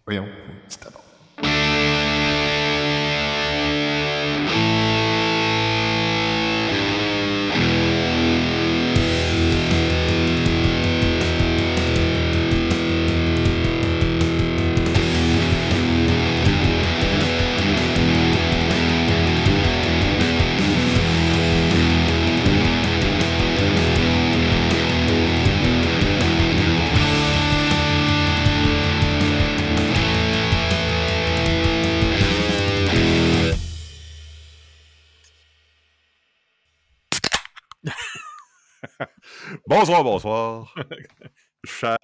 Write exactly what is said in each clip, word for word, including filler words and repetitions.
Voyons, c'est d'abord. Bonsoir, bonsoir. Cher.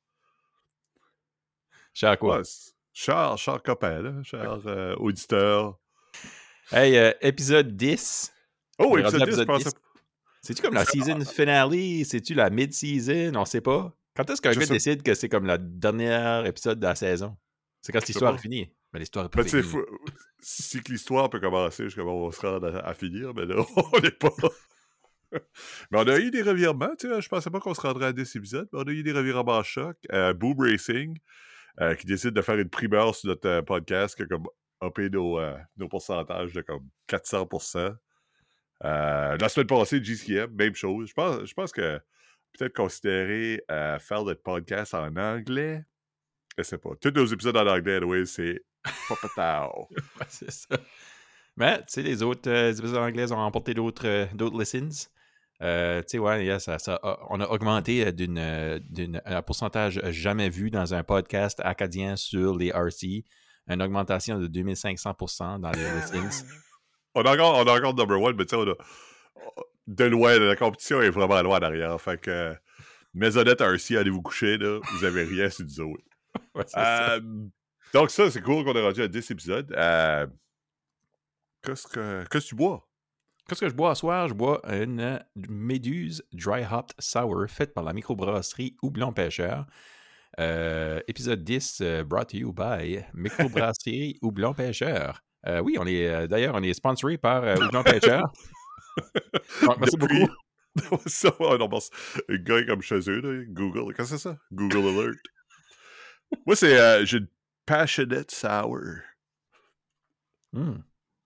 Cher quoi? Ouais, cher, cher copain, là. Cher euh, auditeur. Hey, euh, épisode dix. Oh, On est épisode rendu à dix, je épisode pensais. dix. C'est-tu comme la Ça- season finale? C'est-tu la mid-season? On sait pas. Quand est-ce qu'un Je gars sais- décide que c'est comme le dernier épisode de la saison? C'est quand Je sais l'histoire pas. est finie. Mais l'histoire est pas Ben, tu sais, finie. faut- si que l'histoire peut commencer, je sais comment on va se rendre à, à finir, mais là, on n'est pas. Mais on a eu des revirements, tu sais. Je pensais pas qu'on se rendrait à dix épisodes, mais on a eu des revirements à choc. Euh, Boob Racing, euh, qui décide de faire une primeur sur notre euh, podcast, qui a comme uppé nos, euh, nos pourcentages de comme quatre cents pour cent. Euh, la semaine passée, G C M, même chose. Je pense, je pense que peut-être considérer euh, faire notre podcast en anglais. Je sais pas. Tous nos épisodes en anglais, oui, c'est popatao. Ouais, c'est ça. Mais, tu sais, les autres euh, épisodes anglais ont emporté d'autres euh, d'autres listens. Euh, tu sais, ouais, yeah, ça, ça a- on a augmenté d'une, euh, d'une, un pourcentage jamais vu dans un podcast acadien sur les R C. Une augmentation de deux mille cinq cents pour cent dans les listens. On a encore, on a encore number one, mais tu sais, on a. De loin, la compétition est vraiment loin derrière. Fait que. Maisonnette R C, allez vous coucher, là. Vous avez rien sur nous autres. Ouais, c'est ça. Euh, donc, ça, c'est cool qu'on est rendu à dix épisodes. Euh, qu'est-ce que. Qu'est-ce que tu bois? Qu'est-ce que je bois ce soir? Je bois une Méduse Dry Hopped Sour faite par la microbrasserie Houblon Pêcheur. Euh, épisode dix, euh, brought to you by microbrasserie Houblon Pêcheur. Euh, oui, on est euh, d'ailleurs, on est sponsoré par euh, Houblon Pêcheur. Donc, merci Depuis- beaucoup. ça, ouais, non, parce- un gars comme chez eux, là, Google. Qu'est-ce que c'est ça? Google Alert. Moi, c'est. Euh, j'ai une Passionate Sour Hmm,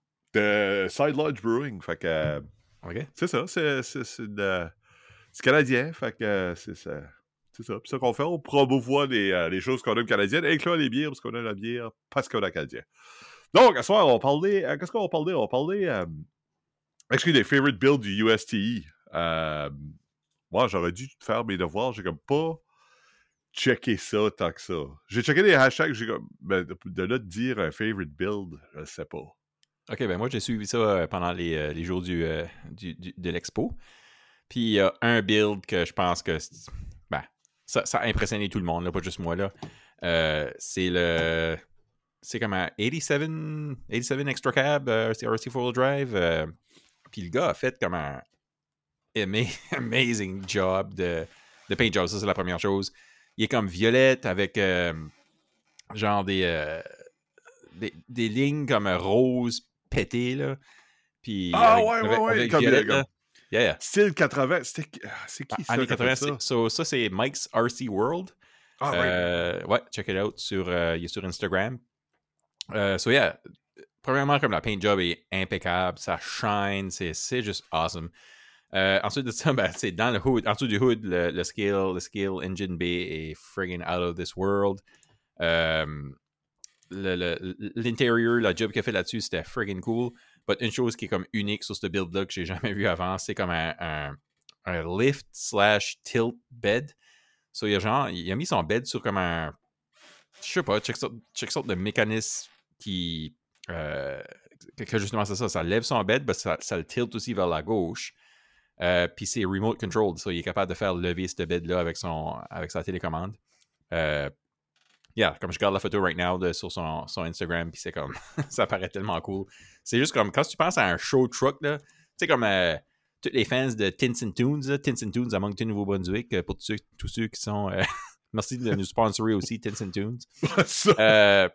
de Side Lodge Brewing. Fait que. euh, OK. c'est ça. C'est, c'est, c'est, de- c'est canadien. Fait que euh, c'est ça. C'est ça. Puis ça qu'on fait, on promouvoit les, euh, les choses qu'on aime canadiennes, incluant les bières, parce qu'on a la bière parce qu'on est canadien. Donc, à ce soir, on va parler. euh, qu'est-ce qu'on va parler? On va parler. Euh, actually, des favorite builds du U S T E. Euh, moi, j'aurais dû faire mes devoirs. J'ai comme pas checké ça tant que ça. J'ai checké des hashtags. J'ai comme. Ben, de, de là de dire un favorite build, je sais pas. OK, ben moi, j'ai suivi ça euh, pendant les, euh, les jours du, euh, du- du- de l'expo. Puis il y a un build que je pense que c'est- ben, ça, ça a impressionné tout le monde, là, pas juste moi. Là. Euh, c'est le. C'est comme un quatre-sept, quatre-sept Extra Cab, euh, c'est R C four-wheel drive. euh, Puis le gars a fait comme un ama- amazing job de, de paint job. Ça, c'est la première chose. Il est comme violette avec euh, genre des, euh, des, des lignes comme rose pétées, là. Puis Ah, avec, ouais, ouais, avec- ouais, avec comme- violette, comme- là. Yeah, yeah. Style quatre-vingts. C'était, ah, c'est qui ça? Années qui a fait quatre-vingts, ça? c'est- so, ça, c'est Mike's R C World. Ah, ouais. Euh, ouais, check it out. Sur, euh, il est sur Instagram. Euh, so, yeah. Premièrement, comme la paint job est impeccable, ça shine, c'est, c'est juste awesome. Euh, ensuite de ça, ben, c'est dans le hood, en dessous du hood, le, le scale, le scale engine bay est friggin' out of this world. Euh, le, le, l'intérieur, la job qu'il a fait là-dessus, c'était friggin' cool. But une chose qui est comme unique sur ce build-là que j'ai jamais vu avant, c'est comme un, un, un lift slash tilt bed. So, il a genre, il a mis son bed sur comme un, je sais pas, check sorte, check sorte de mécanisme qui, euh, que, que justement c'est ça, ça lève son bed, mais ça, ça le tilt aussi vers la gauche. Euh, puis c'est remote controlled, so il est capable de faire lever ce bed-là avec, son, avec sa télécommande. Euh, yeah, comme je regarde la photo right now de, sur son, son Instagram, puis c'est comme, ça paraît tellement cool. C'est juste comme, quand tu penses à un show truck, là, tu sais, comme euh, tous les fans de Tints and Tunes, là, Tints and Tunes à Moncton, Nouveau-Brunswick, euh, pour tous ceux, tous ceux qui sont... Euh, merci de nous sponsorer aussi, Tints and Tunes. Ça. Euh,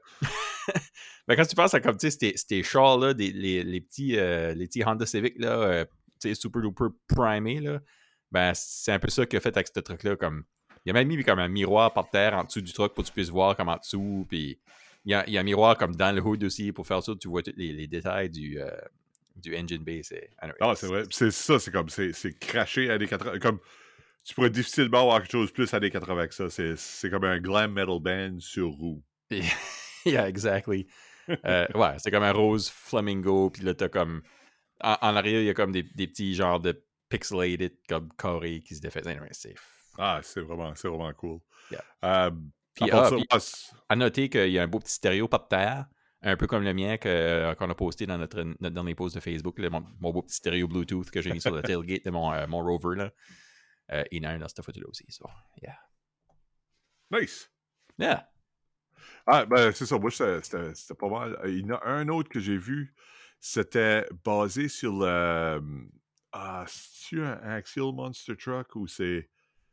ben, quand tu penses à comme, tu sais, ces, ces chars-là, des, les, les, petits, euh, les petits Honda Civic, là, euh, tu sais, super duper primés, là, ben, c'est un peu ça qu'il a fait avec ce truc-là, comme Il a même mis comme un miroir par terre en dessous du truck pour que tu puisses voir comme en dessous. Puis il y a, il y a un miroir comme dans le hood aussi pour faire ça. Tu vois tous les, les détails du, euh, du engine bay. C'est, anyway, Ah, c'est vrai. C'est ça, c'est comme, c'est, c'est craché années quatre-vingts. Comme, tu pourrais difficilement avoir quelque chose de plus années quatre-vingts que ça. C'est, c'est comme un glam metal band sur roue. Yeah, exactly. Euh, ouais, c'est comme un rose flamingo. Puis là, t'as comme. En, en arrière, il y a comme des, des petits genres de pixelated comme carrés qui se défait. Anyway, c'est. Ah, c'est vraiment, c'est vraiment cool. Yeah. Euh, Puis, à, ah, ça, puis ah, c'est... à noter qu'il y a un beau petit stéréo par terre, un peu comme le mien que, qu'on a posté dans notre, notre dernier post de Facebook, là, mon, mon beau petit stéréo Bluetooth que j'ai mis sur le tailgate de mon, euh, mon Rover. Là. Euh, il y en a un dans cette photo-là aussi. So, yeah. Nice. Yeah. Ah, ben, c'est ça. Moi, c'était, c'était, c'était pas mal. Il y en a un autre que j'ai vu. C'était basé sur le. Ah, c'est-tu un Axial Monster Truck ou c'est.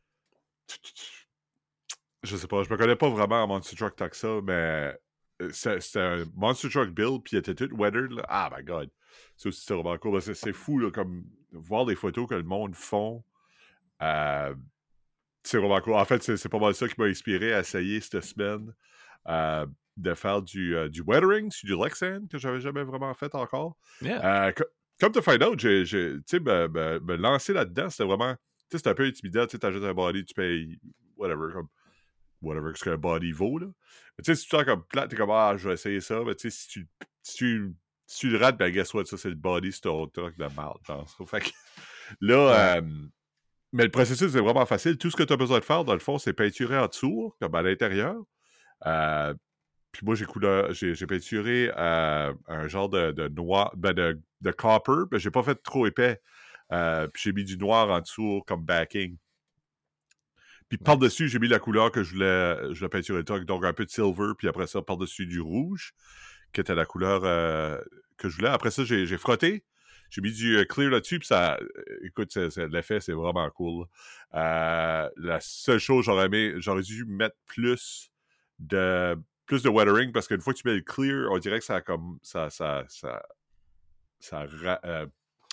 Je sais pas, je me connais pas vraiment en Monster Truck tant que ça, mais c'était, c'était un Monster Truck build, puis il était tout weathered. Là. Ah, my God. Ça aussi, c'était vraiment cool. C'est, c'est fou, là, comme voir les photos que le monde font. Euh, c'est vraiment cool. En fait, c'est, c'est pas mal ça qui m'a inspiré à essayer cette semaine euh, de faire du, euh, du weathering sur du Lexan, que j'avais jamais vraiment fait encore. Yeah. Euh, co- comme to find out, j'ai, j'ai, tu sais, me, me, me lancer là-dedans, c'était vraiment... Tu sais, c'était un peu intimidant. Tu sais, t'achètes un body, tu payes whatever, comme whatever ce qu'un body vaut, là. Mais tu sais, si tu sens comme plate, t'es comme, ah, je vais essayer ça. Mais tu sais, si tu, si tu, si tu le rates, ben, guess what, ça, c'est le body, c'est ton truc de merde, je pense. Fait que là, Ouais. euh, mais le processus est vraiment facile. Tout ce que tu as besoin de faire, dans le fond, c'est peinturer en dessous, comme à l'intérieur. Euh, puis moi, j'ai, couleur, j'ai, j'ai peinturé euh, un genre de, de noir, ben de, de copper. Ben, j'ai pas fait trop épais. Euh, puis j'ai mis du noir en dessous comme backing. Puis Nice. par-dessus, j'ai mis la couleur que je voulais, je voulais peinturer le truck, donc un peu de silver, puis après ça, par-dessus du rouge, qui était la couleur euh, que je voulais. Après ça, j'ai, j'ai frotté, j'ai mis du clear là-dessus, puis ça, écoute, c'est, c'est, l'effet, c'est vraiment cool. Euh, la seule chose, j'aurais aimé, j'aurais dû mettre plus de, plus de weathering, parce qu'une fois que tu mets le clear, on dirait que ça, comme, ça, ça, ça, ça, ça euh,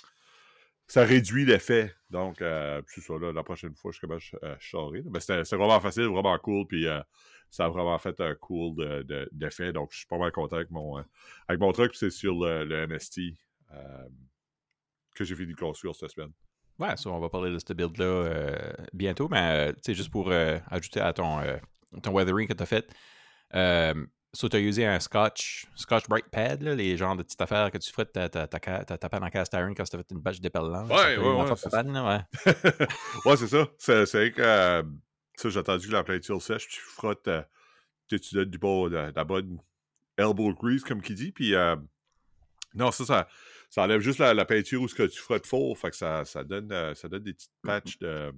ça réduit l'effet. Donc, euh, c'est ça, là, la prochaine fois, je commence à charrer. Mais c'était, c'était vraiment facile, vraiment cool, puis euh, ça a vraiment fait un cool de, de, d'effet. Donc, je suis pas mal content avec mon, euh, avec mon truc, puis c'est sur le, le M S T euh, que j'ai fini de construire cette semaine. Ouais, ça, on va parler de ce build-là euh, bientôt, mais euh, tu sais, juste pour euh, ajouter à ton, euh, ton weathering que tu as fait, euh, so, tu as usé un Scotch, Scotch Bright Pad, là, les genres de petites affaires que tu ferais de ta, ta, ta, ta, ta panne en cast iron quand tu as fait une batch d'épellant. Ouais, ouais, ouais. C'est panne, là, ouais. ouais, c'est ça. C'est, c'est que euh, ça, j'ai attendu que la peinture sèche, tu frottes, euh, tu donnes du bon, de, de la bonne elbow grease, comme qui dit, puis euh, non, ça, ça, ça enlève juste la, la peinture où ce que tu frottes fort, fait que ça, ça, donne, euh, ça donne des petites patchs de...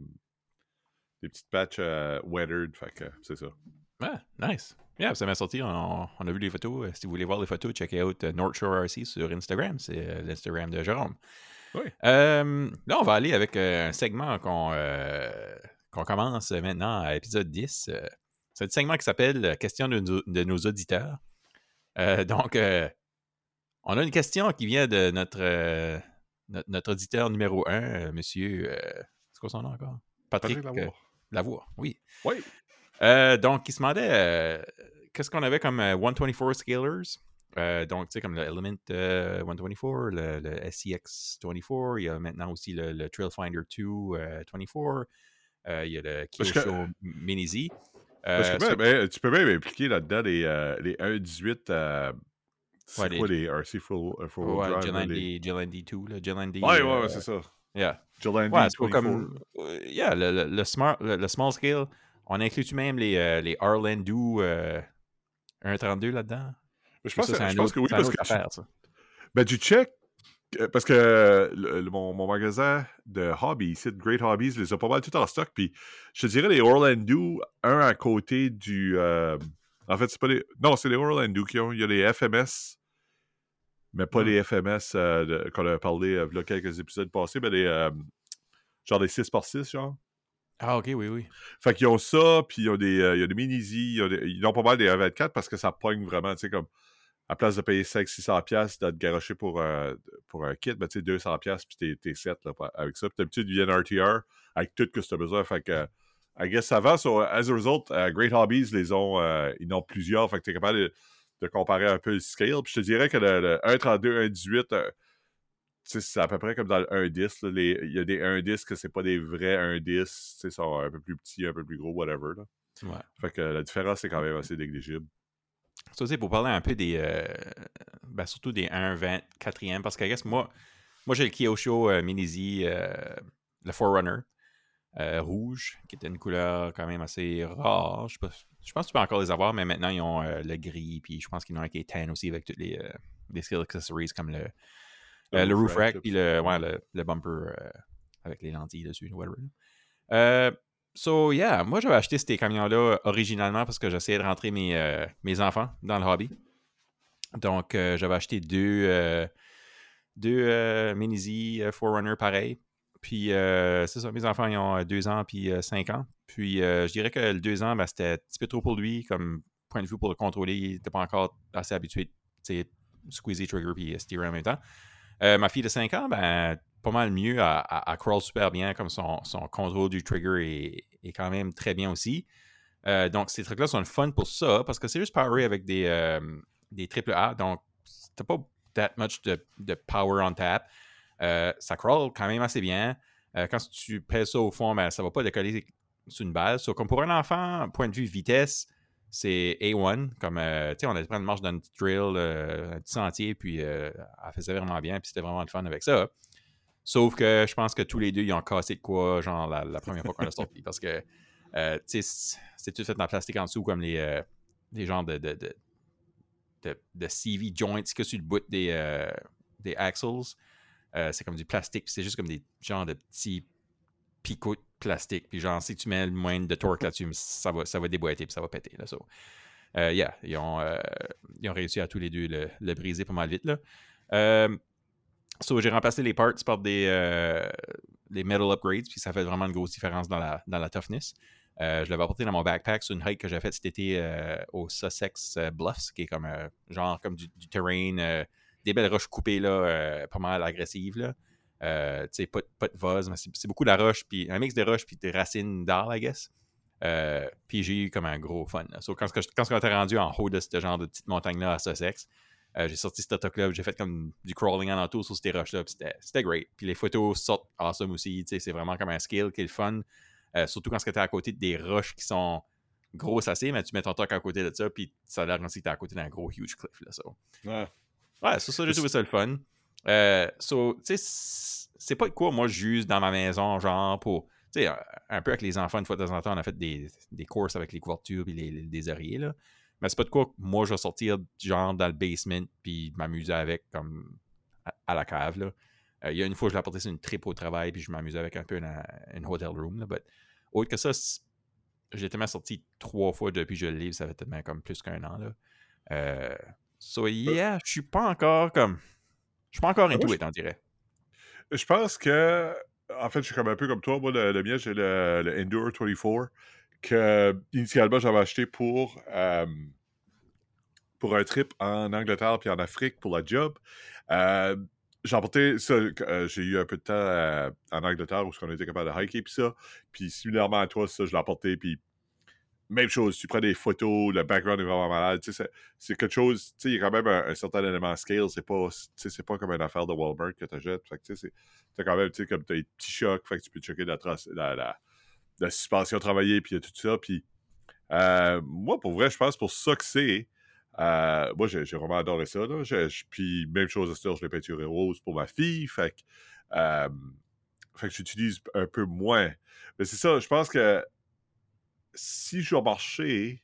des petites patchs euh, weathered, fait que c'est ça. Ouais, nice. Yeah, ça m'a sorti, on, on a vu les photos. Si vous voulez voir les photos, checkez out uh, North Shore R C sur Instagram. C'est euh, l'Instagram de Jérôme. Oui. Euh, là, on va aller avec euh, un segment qu'on, euh, qu'on commence maintenant à l'épisode dix. Euh, c'est un segment qui s'appelle Question de, nos- de nos auditeurs. Euh, donc, euh, on a une question qui vient de notre, euh, notre, notre auditeur numéro un, euh, monsieur. Euh, c'est quoi son nom encore? Patrick, Patrick Lavoie. euh, Lavoie, oui. Oui. Euh, donc, il se demandait euh, qu'est-ce qu'on avait comme euh, cent vingt-quatre scalers. Euh, donc, tu sais, comme le Element euh, cent vingt-quatre, le, le S C X vingt-quatre, il y a maintenant aussi le, le Trailfinder deux euh, vingt-quatre, euh, il y a le Kyosho que... Mini Z. Parce Euh, que so... ben, ben, tu peux même impliquer là-dedans les, euh, les un dix-huit. Euh, c'est ouais, quoi les... les R C full, uh, full ouais, drive? Gillandi, Les... Gillandi deux, là, Gillandi. Ouais, ouais, euh... ouais, c'est ça. Yeah. Gillandi Ouais, c'est vingt-quatre. comme. Euh, yeah, le, le, le, smart, le, le small scale, on inclut-tu même les, euh, les Arlandu euh, un trente-deux là-dedans? Mais je Ou pense, ça, c'est je un pense autre, que oui, c'est un parce autre que tu, affaire, ça. ben, tu check, parce que le, le, mon, mon magasin de hobbies, c'est Great Hobbies, les a pas mal tout en stock, puis je te dirais les Orlando, un à côté du... Euh, en fait, c'est pas les... Non, c'est les Orlando qui ont... Il y a les F M S, mais pas Hmm. les F M S euh, de, qu'on a parlé euh, il y a quelques épisodes passés, mais les... Euh, genre des six par six, genre. Ah, ok, oui, oui. Fait qu'ils ont ça, puis ils ont des, euh, il y a des mini-Z, ils, ont des- ils ont pas mal des un vingt-quatre parce que ça pogne vraiment, tu sais, comme, à place de payer cinq cents six cents piastres de te garocher pour, euh, pour un kit, ben, tu sais, deux cents piastres, puis t'es, t'es set, là, avec ça. Puis d'habitude, ils viennent R T R avec tout ce que tu as besoin. Fait que, I guess ça va. So, as a result, uh, Great Hobbies, les ont, uh, ils en ont plusieurs. Fait que t'es capable de, de comparer un peu le scale. Puis je te dirais que le, le un trente-deux, un dix-huit, euh, c'est à peu près comme dans le un dix. Là, les, il y a des un dix que c'est pas des vrais un dix. Ils sont un peu plus petits, un peu plus gros, whatever. Là. Ouais. Fait que la différence, c'est quand même assez négligible. Ça aussi, pour parler un peu des... Euh, ben, surtout des un vingt quatrième, parce que, I guess, moi, moi j'ai le Kyosho euh, Mini-Z, euh, le Forerunner, euh, rouge, qui était une couleur quand même assez rare. Je, sais pas, je pense que tu peux encore les avoir, mais maintenant, ils ont euh, le gris, puis je pense qu'ils en ont un qui est tan aussi, avec tous les, euh, les skill accessories, comme le, Le euh, le roof roof rack, rack, puis le, ouais, le, le bumper euh, avec les lentilles dessus, whatever. Euh, so, yeah, moi, j'avais acheté ces camions-là originalement parce que j'essayais de rentrer mes, euh, mes enfants dans le hobby. Donc, euh, j'avais acheté deux, euh, deux euh, Mini-Z euh, Forerunner pareil. Puis, euh, c'est ça, mes enfants, ils ont deux ans puis euh, cinq ans. Puis, euh, je dirais que le deux ans, ben, c'était un petit peu trop pour lui, comme point de vue pour le contrôler. Il n'était pas encore assez habitué, tu sais, squeezy trigger puis steerer en même temps. Euh, ma fille de cinq ans, ben, pas mal mieux. Elle, elle, elle crawl super bien, comme son, son contrôle du trigger est, est quand même très bien aussi. Euh, donc, ces trucs-là sont le fun pour ça, parce que c'est juste poweré avec des, euh, des triple A, donc t'as pas that much de, de power on tap. Euh, ça crawl quand même assez bien. Euh, quand tu pèses ça au fond, ben, ça va pas décoller sur une balle. So, comme pour un enfant, point de vue vitesse, c'est A un. Comme, euh, tu sais, on a pris une marche dans une petite drill, euh, un petit sentier, puis euh, elle faisait vraiment bien, puis c'était vraiment le fun avec ça. Sauf que je pense que tous les deux, ils ont cassé de quoi, genre, la, la première fois qu'on a sorti. Parce que, euh, tu sais, c'est tout fait en plastique en dessous, comme les, euh, les genres de, de, de, de, de C V joints que sur le bout des, euh, des axles. Euh, c'est comme du plastique, puis c'est juste comme des genres de petits picots de plastique. Puis genre, si tu mets le moins de torque là-dessus, ça va, ça va déboîter, puis ça va péter. Là, so. euh, yeah, ils ont, euh, ils ont réussi à tous les deux le, le briser pas mal vite. Là. Euh, so, j'ai remplacé les parts par des euh, les metal upgrades, puis ça fait vraiment une grosse différence dans la, dans la toughness. Euh, je l'avais apporté dans mon backpack sur une hike que j'ai faite cet été euh, au Sussex euh, Bluffs, qui est comme euh, genre comme du, du terrain, euh, des belles roches coupées là, euh, pas mal agressives. Là. Euh, tu sais, pas, pas de vase, mais c'est, c'est beaucoup de la roche, puis un mix de roche puis des racines d'arbres, I guess. Euh, puis j'ai eu comme un gros fun. So, quand, quand, quand on était rendu en haut de ce genre de petite montagne-là à Sussex, euh, j'ai sorti ce toc-là, j'ai fait comme du crawling en entour sur ces roches-là, puis c'était, c'était great. Puis les photos sortent awesome aussi, c'est vraiment comme un skill qui est le fun. Euh, surtout quand tu es à côté des roches qui sont grosses assez, mais tu mets ton toc à côté de ça, puis ça a l'air comme si tu es à côté d'un gros huge cliff. Là, so. Ouais. Ouais, sur ça, j'ai trouvé ça le fun. Euh, so, tu sais, c'est pas de quoi moi j'use dans ma maison, genre pour. Tu sais, un peu avec les enfants, une fois de temps en temps, on a fait des, des courses avec les couvertures et les, les, les oreillers, là. Mais c'est pas de quoi que moi je vais sortir, genre, dans le basement puis m'amuser avec, comme à, à la cave, là. Il euh, y a une fois, je l'ai apporté sur une trip au travail puis je m'amusais avec un peu une, une hotel room, là. But, autre que ça, j'ai tellement sorti trois fois depuis que je le livre, ça fait tellement comme plus qu'un an, là. Euh, so, yeah, je suis pas encore comme. Je suis pas encore into it, on dirait. Je pense que. En fait, je suis comme un peu comme toi. Moi, le, le mien, j'ai le, le Endure vingt-quatre que initialement j'avais acheté pour, euh, pour un trip en Angleterre puis en Afrique pour la job. Euh, j'ai emporté ça. Euh, j'ai eu un peu de temps euh, en Angleterre où on était capable de hiker puis ça. Puis similairement à toi, ça, je l'ai emporté. Puis même chose, tu prends des photos, le background est vraiment malade. Tu sais, c'est, c'est quelque chose, tu sais, il y a quand même un, un certain élément scale. C'est pas, tu sais, c'est pas comme une affaire de Walmart que tu achètes. Fait que, tu sais, c'est, t'as quand même, tu sais, comme t'as des petits chocs. Fait que tu peux checker la, trace, la, la, la suspension travaillée, puis tout ça. Puis, euh, moi, pour vrai, je pense pour ça que c'est. Euh, moi, j'ai, j'ai vraiment adoré ça. Là. J'ai, puis, même chose à ce je l'ai peinturé rose pour ma fille. Fait que, euh, fait que j'utilise un peu moins. Mais c'est ça, je pense que si je vais marcher,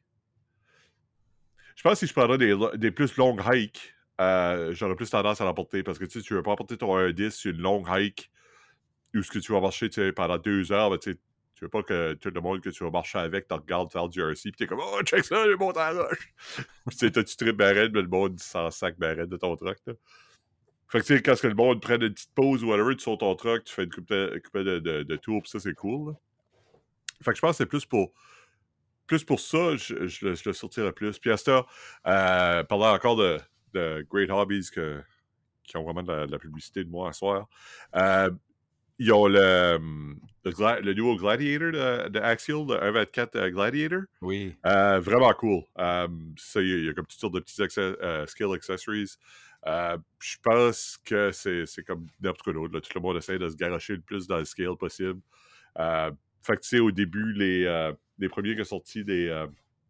je pense que si je prendrais des, des plus longues hikes, euh, j'aurais plus tendance à l'emporter parce que tu sais, tu veux pas emporter ton un dix sur une longue hike où ce que tu vas marcher tu sais, pendant deux heures, ben, tu sais, tu veux pas que tout le monde que tu vas marcher avec te regarde faire du R C puis t'es comme oh check ça, j'ai monté à la roche. Puis tu sais, tu tripes barrette, mais le monde s'en sac barrette de ton truck. Là. Fait que tu sais, quand le monde prend une petite pause ou whatever, tu sors ton truck, tu fais une coupe de, coupe de, de, de tours, pis ça c'est cool. Là. Fait que je pense que c'est plus pour. Plus pour ça, je, je, je le sortirais plus. Puis à ce temps, euh, parlant encore de, de Great Hobbies que, qui ont vraiment de la, de la publicité de moi à soir, euh, ils ont le, le, gla- le nouveau Gladiator de, de Axial, le un vingt-quatre euh, Gladiator. Oui. Euh, vraiment cool. Euh, ça, il y, a- il y a comme toutes sortes de petits access- euh, skill accessories. Euh, je pense que c'est, c'est comme n'importe quoi d'autre. Là. Tout le monde essaie de se garocher le plus dans le scale possible. Euh, fait que tu sais, au début, les, euh, les premiers qui sont sortis des. Euh,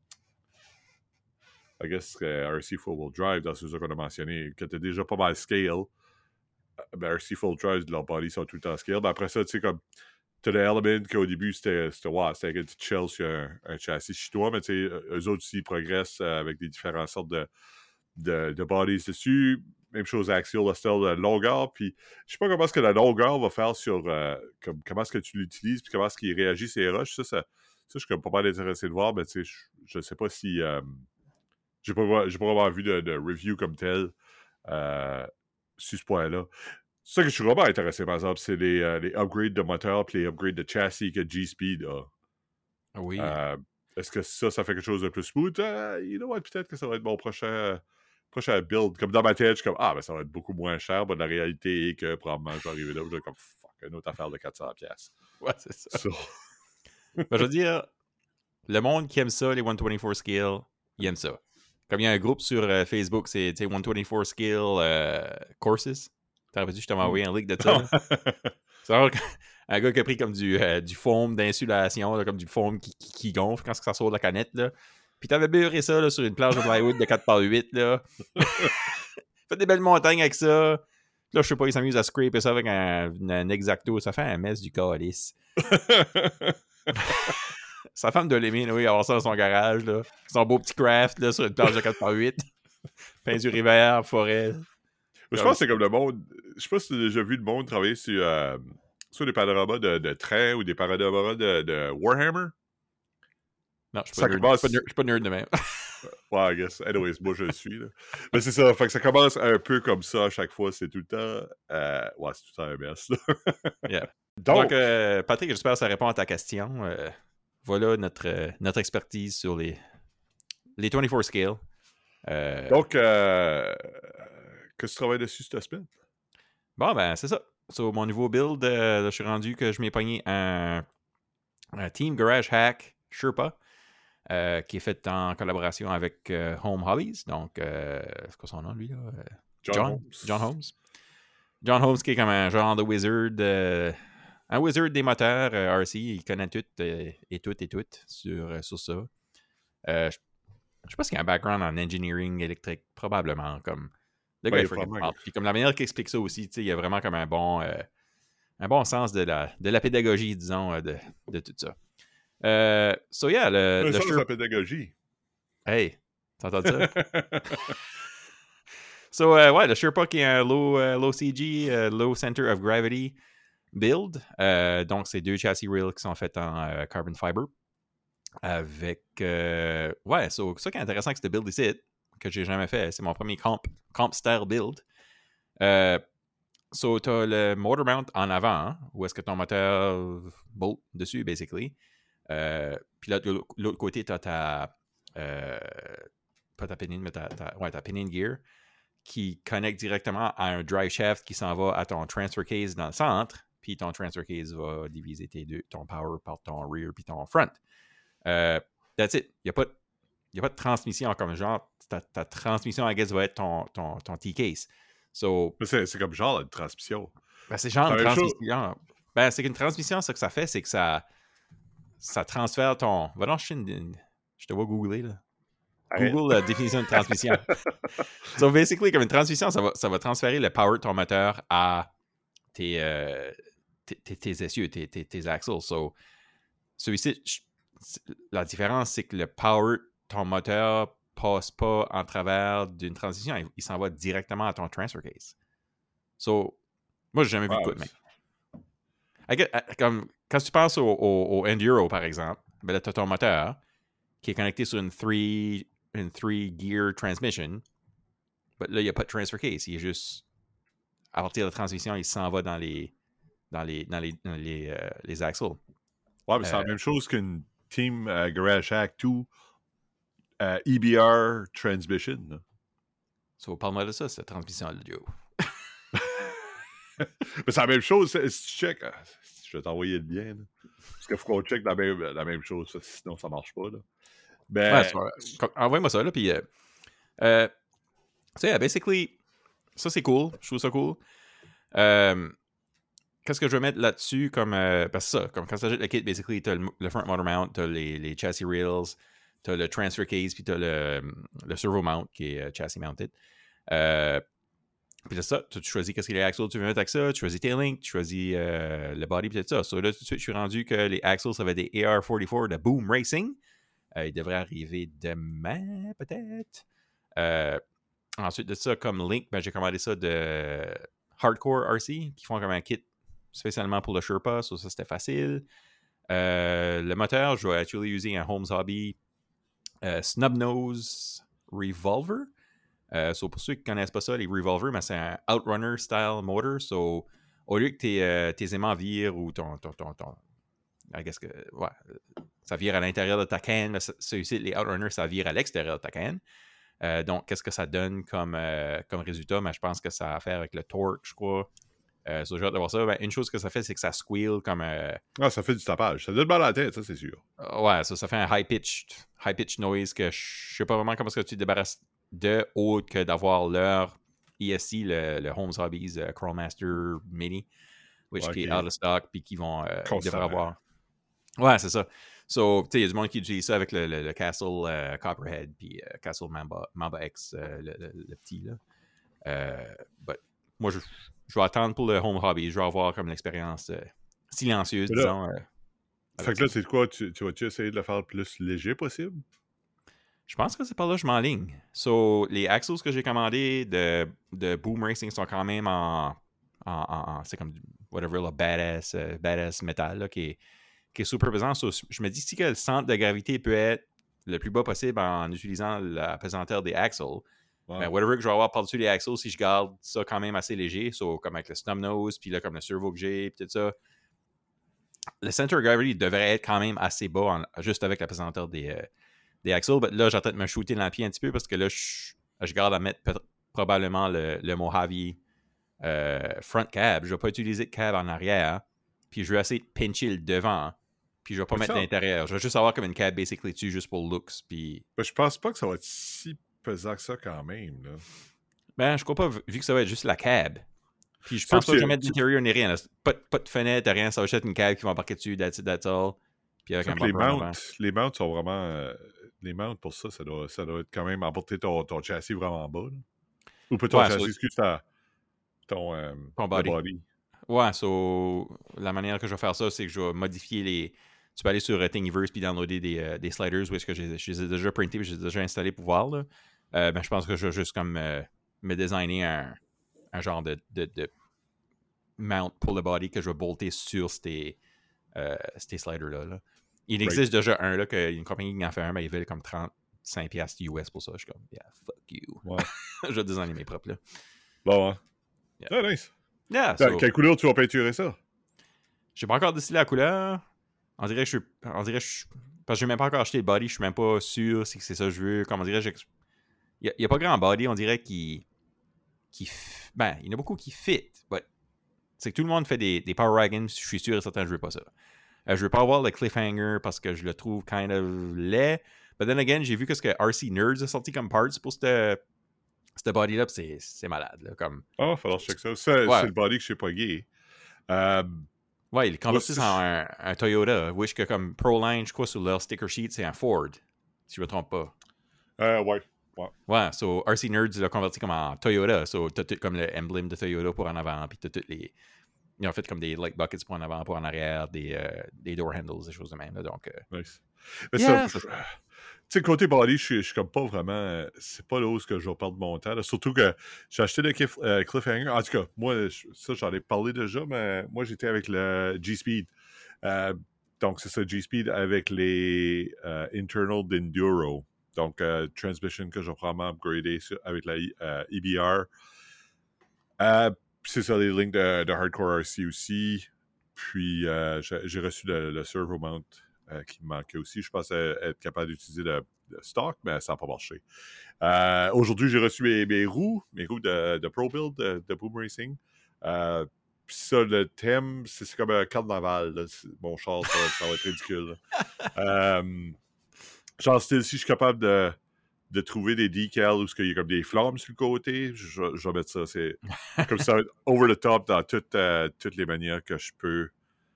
I guess euh, R C Four-Wheel Drive, dans ceux qu'on a mentionné, qui étaient déjà pas mal scale. Ben, R C Full Drive, leurs bodies sont tout le temps scale. Ben, après ça, tu sais, comme. T'as le Element qu'au début, c'était, c'était, wow, c'était avec une petite shell sur un, un châssis chinois, mais tu sais, eux autres aussi progressent euh, avec des différentes sortes de, de, de bodies dessus. Même chose Axial, le style de longueur. Puis, je sais pas comment est-ce que la longueur va faire sur euh, comme, comment est-ce que tu l'utilises, puis comment est-ce qu'il réagit sur les roches. Ça, ça, ça, je suis comme pas mal intéressé de voir, mais tu sais, je, je sais pas si. Euh, j'ai, pas, j'ai pas vraiment vu de, de review comme tel euh, sur ce point-là. C'est ça que je suis vraiment intéressé, par exemple, c'est les, euh, les upgrades de moteur puis les upgrades de châssis que G-Speed a. Oui. Euh, est-ce que ça, ça fait quelque chose de plus smooth? Euh, you know what, peut-être que ça va être mon prochain, prochain build. Comme dans ma tête, je suis comme, ah, ben ça va être beaucoup moins cher, mais la réalité est que probablement je vais arriver là, je vais être comme, fuck, une autre affaire de quatre cents piastres. Ouais, c'est ça. So... Ben, je veux dire, le monde qui aime ça, les cent vingt-quatre Scale, il aime ça. Comme il y a un groupe sur euh, Facebook, c'est cent vingt-quatre Scale euh, Courses. T'as rappelé, je t'avais envoyé un link de ça. Là. C'est vraiment un gars qui a pris comme du, euh, du foam d'insulation, là, comme du foam qui, qui, qui gonfle quand ça sort de la canette. Là. Puis t'avais beurré ça là, sur une planche de plywood de quatre par huit. Là. Fait des belles montagnes avec ça. Puis là, je sais pas, il s'amuse à scraper ça avec un, un exacto. Ça fait un mess du calice. Sa femme de l'aimer, oui, avoir ça dans son garage. Là. Son beau petit craft là, sur une planche de quatre par huit. Peinture hiver, forêt. Je pense que c'est comme le monde. Je sais pas si tu as déjà vu le monde travailler sur, euh, sur des panoramas de, de train ou des panoramas de, de Warhammer. Non, je suis Ça pas, nerd. commence. Je suis pas nerd de même. Ouais, I guess. Anyways, moi je le suis. Là. Mais c'est ça. Fait que ça commence un peu comme ça à chaque fois. C'est tout le temps. Euh... Ouais, c'est tout le temps un mess. Là. Yeah. Donc, Donc, euh, Patrick, j'espère que ça répond à ta question. Euh, voilà notre, euh, notre expertise sur les, les vingt-quatre scale. Euh, donc euh... qu'est-ce que tu travailles dessus cette semaine? Bon, ben, c'est ça. Sur mon nouveau build, euh, je suis rendu que je m'ai pogné un, un Team Garage Hack Sherpa euh, qui est fait en collaboration avec euh, Home Hobbies. Donc, euh, c'est quoi son nom, lui? Là? John, John Holmes. John Holmes. John Holmes qui est comme un genre de wizard. Euh, un wizard des moteurs euh, R C. Il connaît tout euh, et tout et tout sur, euh, sur ça. Euh, je, je sais pas s'il y a un background en engineering électrique. Probablement. Comme, le gars Ben, est il freaking probablement... smart. Puis comme la manière qu'il explique ça aussi, il y a vraiment comme un bon... Euh, un bon sens de la, de la pédagogie, disons, euh, de, de tout ça. Euh, so yeah, le, Le le sens de Sherpa... la pédagogie. Hey, t'entends ça? So, euh, ouais, le Sherpa qui est un low, uh, low C G, uh, low center of gravity build. Euh, donc, c'est deux châssis rails qui sont faits en uh, carbon fiber. Avec... Euh, ouais, so, ça qui est intéressant avec ce build ici, que j'ai jamais fait, c'est mon premier comp, comp style build. Euh, So, tu as le motor mount en avant, hein, où est-ce que ton moteur bolt dessus, basically. Euh, puis là, de l'autre côté, tu as ta. Euh, pas ta pinion, mais ta, ta, ouais, ta pinion gear qui connecte directement à un drive shaft qui s'en va à ton transfer case dans le centre. Puis ton transfer case va diviser tes deux, ton power par ton rear puis ton front. Euh, that's it. Il n'y a, a pas de transmission comme genre. Ta, ta transmission, I guess, va être ton, ton, ton T-case. So, c'est, c'est comme genre une transmission. Ben, c'est genre C'est une la même chose. transmission. Ben, c'est qu'une transmission, ce que ça fait, c'est que ça, ça transfère ton. Va donc, je, une... je te vois googler, là. Arrête. Google la définition de transmission. So, basically, comme une transmission, ça va, ça va transférer le power de ton moteur à tes, euh, tes, tes, tes essieux, tes, tes, tes axles. So, celui-ci, je... la différence, c'est que le power de ton moteur passe pas en travers d'une transition. Il, il s'en va directement à ton transfer case. So, moi, j'ai jamais vu Wow. de quoi de même. Guess, comme, quand tu penses au, au, au Enduro, par exemple, ben là, tu as ton moteur qui est connecté sur une three, une three gear transmission. Ben là, il n'y a pas de transfer case. Il est juste, à partir de la transmission, il s'en va dans les, dans les, dans les, dans les, euh, les axles. Ouais, mais c'est euh, la même chose qu'une Team uh, Garage Hack deux uh, E B R transmission. So, parle-moi de ça, cette transmission-là, Joe. Mais c'est la même chose. Si tu check, je vais t'envoyer le lien. Là. Parce qu'il faut qu'on check la même, la même chose, ça, sinon ça marche pas. Là. Ouais, Ben, c'est, envoie-moi ça, là, puis... Euh, euh, tu sais, basically, ça, c'est cool. Je trouve ça cool. Euh, Qu'est-ce que je vais mettre là-dessus comme... Euh, parce que ça, comme quand tu achètes le kit, basically, t'as le, le front motor mount, t'as les, les chassis rails, t'as le transfer case, puis t'as le, le servo mount, qui est uh, chassis mounted. Euh, puis c'est ça, tu, tu choisis qu'est-ce que les axles tu veux mettre avec ça, tu choisis tes links, tu choisis euh, le body, puis tout ça. So là, tout de suite, je suis rendu que les axles, ça va être des A R quarante-quatre de Boom Racing. Euh, ils devraient arriver demain, peut-être. Euh, ensuite de ça, comme link, ben, j'ai commandé ça de Hardcore R C, qui font comme un kit spécialement pour le Sherpa, so ça c'était facile. Euh, le moteur, je vais actually user un Holmes Hobby euh, Snubnose Revolver. Euh, so pour ceux qui ne connaissent pas ça, les Revolver, ben, c'est un Outrunner style motor. So au lieu que tes, euh, tes aimants virent ou ton, ton, ton, ton I guess que, ouais, ça vire à l'intérieur de ta canne, mais celui-ci, les Outrunners, ça vire à l'extérieur de ta canne. Euh, donc, qu'est-ce que ça donne comme, euh, comme résultat? Ben, je pense que ça a à faire avec le torque, je crois. Euh, so, j'ai hâte de voir ça. Ben, une chose que ça fait, c'est que ça squeal comme... Euh... Ah, ça fait du tapage. Ça donne mal à la tête, ça, c'est sûr. Euh, ouais, ça, ça fait un high-pitched high pitch noise que je sais pas vraiment comment est-ce que tu te débarrasses de, autre que d'avoir leur E S C, le, le Holmes Hobbies uh, Crawlmaster Mini, which Ouais, qui est okay. out of stock, puis qui vont... Euh, ils devraient avoir... Ouais, c'est ça. So, tu sais, il y a du monde qui utilise ça avec le, le, le Castle uh, Copperhead puis uh, Castle Mamba, Mamba X, uh, le, le, le petit, là. Euh, but, moi, je, je vais attendre pour le Home Hobby. Je vais avoir comme l'expérience euh, silencieuse, là, disons. Euh, fait que là, c'est quoi? Tu, tu vas-tu essayer de le faire le plus léger possible? Je pense que c'est par là que je m'enligne. So, les axles que j'ai commandés de, de Boom Racing sont quand même en... en, en, en c'est comme, whatever, là, badass, uh, badass metal, là, qui est qui est super pesant. So, je me dis si que le centre de gravité peut être le plus bas possible en utilisant la pesanteur des axles, ouais. Ben, whatever que je vais avoir par-dessus les axles, si je garde ça quand même assez léger, so, comme avec le snub-nose, puis là, comme le servo que j'ai, puis tout ça, le center of gravity devrait être quand même assez bas, en, juste avec la pesanteur des, euh, des axles. Mais là, j'ai peut-être me shooter dans le pied un petit peu, parce que là, je, je garde à mettre probablement le, le Mojave euh, front cab. Je ne vais pas utiliser de cab en arrière, puis je vais essayer de pincher le devant. Puis je vais pas Mais mettre ça... l'intérieur. Je vais juste avoir comme une cab basically dessus juste pour looks. Puis... Ben, je pense pas que ça va être si pesant que ça quand même. Là. Ben, je crois pas, vu que ça va être juste la cab. Puis je pense ça, pas que je vais mettre d'intérieur ni rien. Pas, pas de fenêtre, rien. Ça va juste être une cab qui va embarquer dessus, that's it, that's all. Puis avec un les, mounts, les mounts sont vraiment... Euh, les mounts, pour ça, ça doit, ça doit être quand même emporter ton, ton châssis vraiment bas. Là. Ou pas ton ouais, châssis, so... excuse ta, ton, euh, ton body. body. Ouais, so, la manière que je vais faire ça, c'est que je vais modifier les... Tu peux aller sur uh, Thingiverse puis downloader des, uh, des sliders où est-ce que je les ai déjà printés et je les ai déjà installés pour voir. Là. Euh, ben, je pense que je vais juste comme euh, me designer un, un genre de, de, de mount pour le body que je vais bolter sur ces, euh, ces sliders-là. Là. Il right. existe déjà un, là, que une compagnie qui en fait un, ben, il valent comme trente-cinq dollars U S pour ça. Je suis comme, yeah, fuck you. Ouais. Je vais designer mes propres. Là. Bon, hein. Yeah. Ah, nice. Yeah, so... Quelle couleur tu vas peinturer ça? J'ai pas encore décidé la couleur. On dirait que je suis. On dirait que je suis. Parce que j'ai même pas encore acheté le body, je suis même pas sûr si c'est ça que je veux. Comme on dirait, il n'y a, a pas grand body, on dirait qui. qui f... Ben, il y en a beaucoup qui fit. But... C'est que tout le monde fait des, des power wagons, je suis sûr et certain que je veux pas ça. Euh, je veux pas avoir le cliffhanger parce que je le trouve kind of laid. But then again, j'ai vu que ce que R C Nerds a sorti comme parts pour cette. Ce body-là, c'est, c'est malade. Là, comme... Ah, oh, falloir check ça. C'est, ouais. c'est le body que je sais pas gay. Euh, ouais, ils convertissent en un, un Toyota. Wish que comme Proline, je crois, sur leur sticker sheet, c'est un Ford. Si je me trompe pas. Euh, ouais. Ouais. Ouais, so R C Nerds l'a converti comme en Toyota. So t'as tout comme le emblème de Toyota pour en avant. Puis t'as toutes les. Ils ont fait comme des light buckets pour en avant, pour en arrière, des, euh, des door handles, des choses de même. Là, donc. Euh... Nice. Mais yeah, ça. ça... Tu sais, côté body, je suis comme pas vraiment... C'est pas là où que je vais perdre mon temps. Là. Surtout que j'ai acheté le cliff, euh, Cliffhanger. En tout cas, moi, je, ça, j'en ai parlé déjà, mais moi, j'étais avec le G-Speed. Euh, donc, c'est ça, G-Speed avec les euh, internal d'Enduro. Donc, euh, transmission que je vais probablement upgrader sur, avec la euh, E B R. Euh, c'est ça, les lignes de, de Hardcore R C aussi. Puis, euh, j'ai, j'ai reçu le, le servo mount. Euh, qui me manquait aussi. Je pensais être capable d'utiliser le, le stock, mais ça n'a pas marché. Euh, aujourd'hui, j'ai reçu mes, mes roues, mes roues de, de Pro Build de, de Boom Racing. Euh, Puis ça, le thème, c'est, c'est comme un carnaval. Là. Mon char, ça va, ça va être ridicule. euh, genre, style, si je suis capable de, de trouver des decals où il y a comme des flammes sur le côté, je, je vais mettre ça. C'est comme ça, over the top dans toutes, euh, toutes les manières que je peux.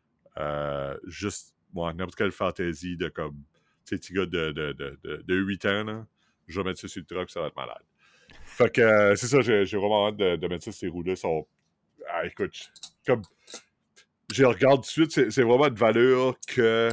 Euh, juste, bon, n'importe quelle fantaisie de comme, tu sais, petit gars de, de, de, de, de huit ans, là, je vais mettre ça sur le truck, ça va être malade. Fait que, euh, c'est ça, j'ai, j'ai vraiment hâte de, de mettre ça, ces roues-là sont. Ah, écoute, comme. Je regarde tout de suite, c'est, c'est vraiment de valeur que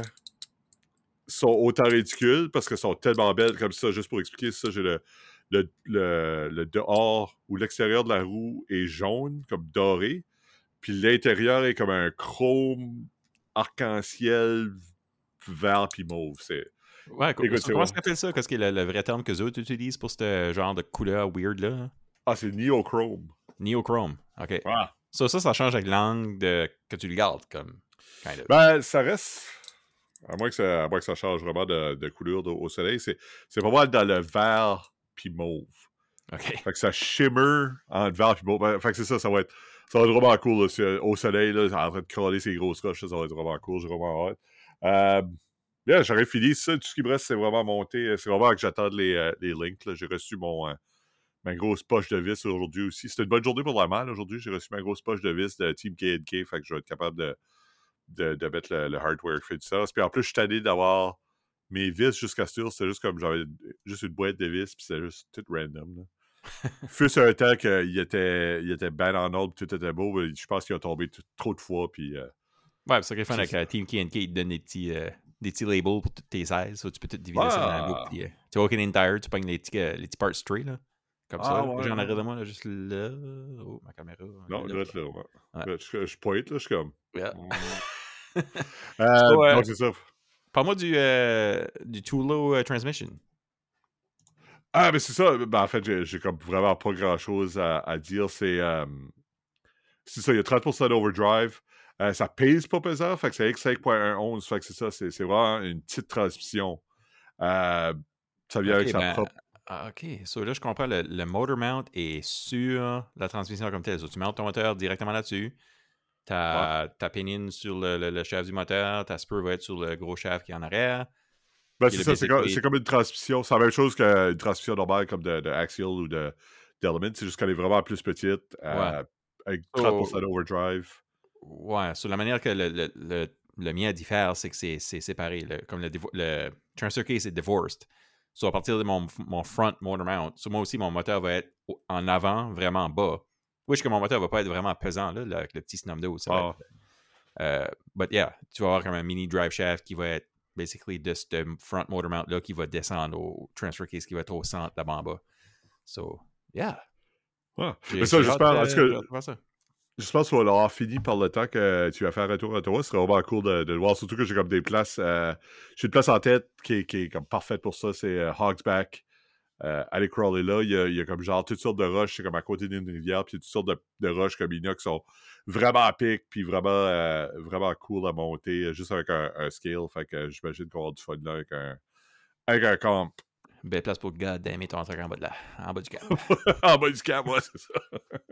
sont autant ridicules parce qu'elles sont tellement belles comme ça. Juste pour expliquer ça, j'ai le, le, le, le dehors ou l'extérieur de la roue est jaune, comme doré, puis l'intérieur est comme un chrome arc-en-ciel vert puis mauve. C'est... Ouais, Écoute, c'est comment vrai. ça s'appelle ça? Qu'est-ce qui est le, le vrai terme que eux utilisent pour ce genre de couleur weird-là? Ah, c'est neochrome. Neochrome, OK. Ah. So, ça, ça change avec l'angle de... que tu le gardes, comme... Kind of. Ben, ça reste... À moins que ça, à moins que ça change vraiment de, de couleur de, au soleil, c'est, c'est pas mal dans le vert puis mauve. OK. Fait que ça shimmer entre vert puis mauve. Ben, fait que c'est ça, ça va être, ça va être vraiment cool. Là, c'est, au soleil, là, en train de crawler ces grosses roches, ça, ça va être vraiment cool. J'ai vraiment hâte. Euh, yeah, j'aurais fini ça. Tout ce qui me reste, c'est vraiment monté. C'est vraiment que j'attende les, euh, les links. Là. J'ai reçu mon, euh, ma grosse poche de vis aujourd'hui aussi. C'était une bonne journée pour la malle aujourd'hui. J'ai reçu ma grosse poche de vis de Team K and K. Fait que je vais être capable de, de, de mettre le, le hardware fait du sens. Puis en plus, je suis tanné d'avoir mes vis jusqu'à ce jour. C'était juste comme j'avais juste une boîte de vis. Puis c'était juste tout random. Là. Fut un temps qu'il était, il était ben en ordre, tout était beau, mais je pense qu'il a tombé t- trop de fois. Puis, euh, Ouais, c'est ça qui est fun avec c'est... uh, Team K and K, ils te donnent des petits, euh, des petits labels pour toutes tes sizes. So, tu peux tout diviser ah! ça dans la boucle. Puis, euh, tu vois, Canadian Tire, tu pognes les petits, euh, les petits parts straight, là. Comme Ah, ça. ouais, J'en ouais. arrête de moi, là, juste là. Oh, ma caméra. Non, là, là, là, ouais. ouais. Là, je, je pointe, là, je suis comme. Yeah. euh, so, euh, donc, c'est ça. parle-moi du, euh, du Tulo uh, Transmission. Ah, mais c'est ça. Ben, en fait, j'ai, j'ai comme vraiment pas grand-chose à, à dire. C'est, euh, c'est ça, il y a trente pour cent d'overdrive. Euh, ça pèse pas pesant, fait que c'est X cinq point onze. Fait que c'est ça, c'est, c'est vraiment une petite transmission. Euh, ça vient OK, avec sa ben, propre... ah, OK. So, là, je comprends, le, le motor mount est sur la transmission comme telle. So, tu montes ton moteur directement là-dessus. Ta, Ouais. ta pinion sur le, le, le shaft du moteur. Ta spur va être sur le gros shaft qui est en arrière. Ben, Puis c'est là, ça, c'est comme, basically- c'est comme une transmission. C'est la même chose qu'une transmission normale comme de, de Axial ou de, d'Element. C'est juste qu'elle est vraiment plus petite, Ouais. euh, avec trente pour cent So, d'overdrive. ouais. Sur la manière que le, le, le, le mien diffère, c'est que c'est, c'est séparé. Le, comme le, divo- le transfer case est divorced. So, à partir de mon, mon front motor mount, so, moi aussi, mon moteur va être au- en avant, vraiment bas. Oui, que mon moteur va pas être vraiment pesant, là, là, avec le petit snum d'eau. Ça va Ah. être. Euh, but yeah, tu vas avoir comme un mini drive shaft qui va être basically de ce front motor mount là qui va descendre au transfer case qui va être au centre là-bas en bas. So, yeah. Ouais. J'ai, Mais ça, j'ai hâte, j'espère. En tout euh, j'ai cas, hâte de voir ça. j'espère que tu vas l'avoir fini par le temps que tu vas faire un retour à toi. Ce serait vraiment cool de, de le voir. Surtout que j'ai comme des places. Euh, j'ai une place en tête qui est, qui est comme parfaite pour ça. C'est euh, Hogsback. Euh, aller crawler là, il y, a, il y a comme genre toutes sortes de roches, c'est comme à côté d'une rivière, puis il y a toutes sortes de, de roches comme il y en a qui sont vraiment à pic, puis vraiment, euh, vraiment cool à monter, euh, juste avec un, un scale. Fait que j'imagine qu'on va avoir du fun là avec un, avec un camp. Belle place pour God damn it, ton truc en bas de la, en bas du cap. En bas du camp, ouais, c'est ça.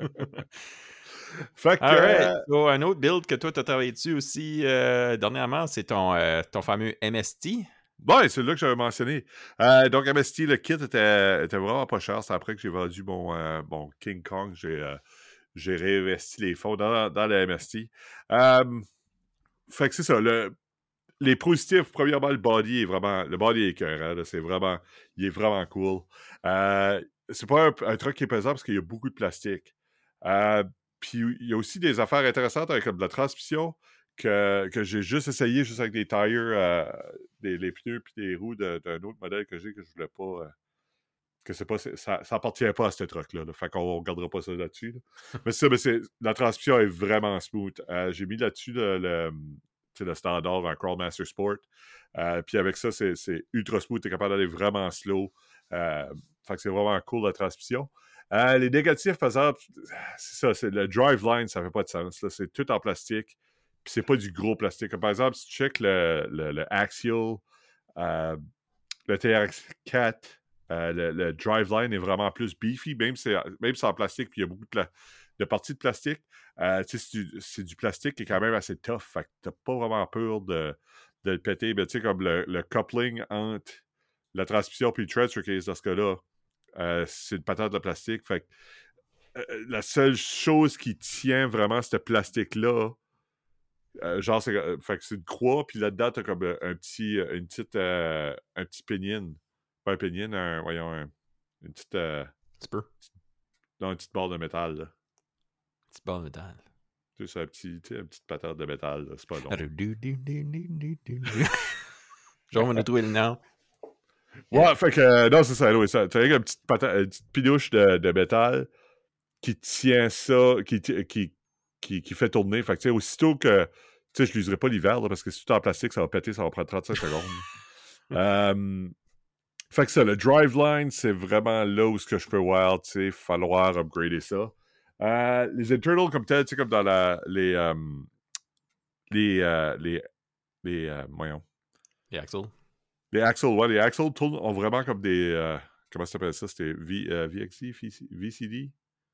Fait que. Alright. euh, So, un autre build que toi, tu as travaillé dessus aussi euh, dernièrement, c'est ton, euh, ton fameux M S T. Ouais, c'est là que j'avais mentionné. Euh, donc, M S T, le kit était, était vraiment pas cher. C'est après que j'ai vendu mon, euh, mon King Kong. J'ai, euh, j'ai réinvesti les fonds dans, dans le M S T. Euh, fait que c'est ça. Le, les positifs, premièrement, le body est vraiment... Le body est écœurant. Là, c'est vraiment... Il est vraiment cool. Euh, c'est pas un, un truc qui est pesant parce qu'il y a beaucoup de plastique. Euh, puis il y a aussi des affaires intéressantes avec comme de la transmission que, que j'ai juste essayé juste avec des tires, euh, des, les pneus puis des roues de, d'un autre modèle que j'ai que je voulais pas... Euh, que c'est pas, c'est, ça n'appartient pas à ce truc-là. Là. Fait qu'on ne regardera pas ça là-dessus. Là. Mais c'est ça, mais c'est, la transmission est vraiment smooth. Euh, j'ai mis là-dessus le, le, le standard, un Crawlmaster Sport. Euh, puis avec ça, c'est, c'est ultra smooth. Tu es capable d'aller vraiment slow. Euh, fait que c'est vraiment cool la transmission. Euh, les négatifs, par exemple, c'est ça, c'est le driveline, ça fait pas de sens. Là. C'est tout en plastique. Puis c'est pas du gros plastique. Par exemple, si tu check le, le, le Axial, euh, le T R X quatre, Euh, le, le driveline est vraiment plus beefy, même si, même si c'est en plastique, puis il y a beaucoup de, pla- de parties de plastique. Euh, c'est, du, c'est du plastique qui est quand même assez tough, fait que t'as pas vraiment peur de, de le péter. Mais tu sais, comme le, le coupling entre la transmission puis le transfer case, dans ce cas-là, euh, c'est une patate de plastique. Fait que euh, la seule chose qui tient vraiment ce plastique-là, euh, genre, c'est, euh, fait que c'est une croix, puis là-dedans, t'as comme un, un petit, une petite, euh, un petit pénine. Pas un pénine, un, voyons, un, une petite, euh, Tu peux. non, une petite barre de métal, là. Petite barre de métal. Tu sais, c'est un petit, tu sais, une petite patate de métal, là. C'est pas long. Genre, on va nous trouver le nom. Ouais, Yeah. fait que, euh, non, c'est ça, oui, ça. T'as une petite patate, une petite pidouche de, de métal qui tient ça, qui, qui, qui, qui fait tourner. Fait que, tu sais, aussitôt que, tu sais, je l'userai pas l'hiver, là, parce que si tout est en plastique, ça va péter, ça va prendre trente-cinq secondes. euh, Fait que ça, le driveline, c'est vraiment là où ce que je peux voir, tu sais, falloir upgrader ça. Euh, les internals comme tel, tu sais, comme dans la, les, euh, les, euh, les, les, euh, voyons, Les axles. les axles, ouais, les axles tournent, ont vraiment comme des, euh, comment ça s'appelle ça? C'était v, euh, V X C, V C D?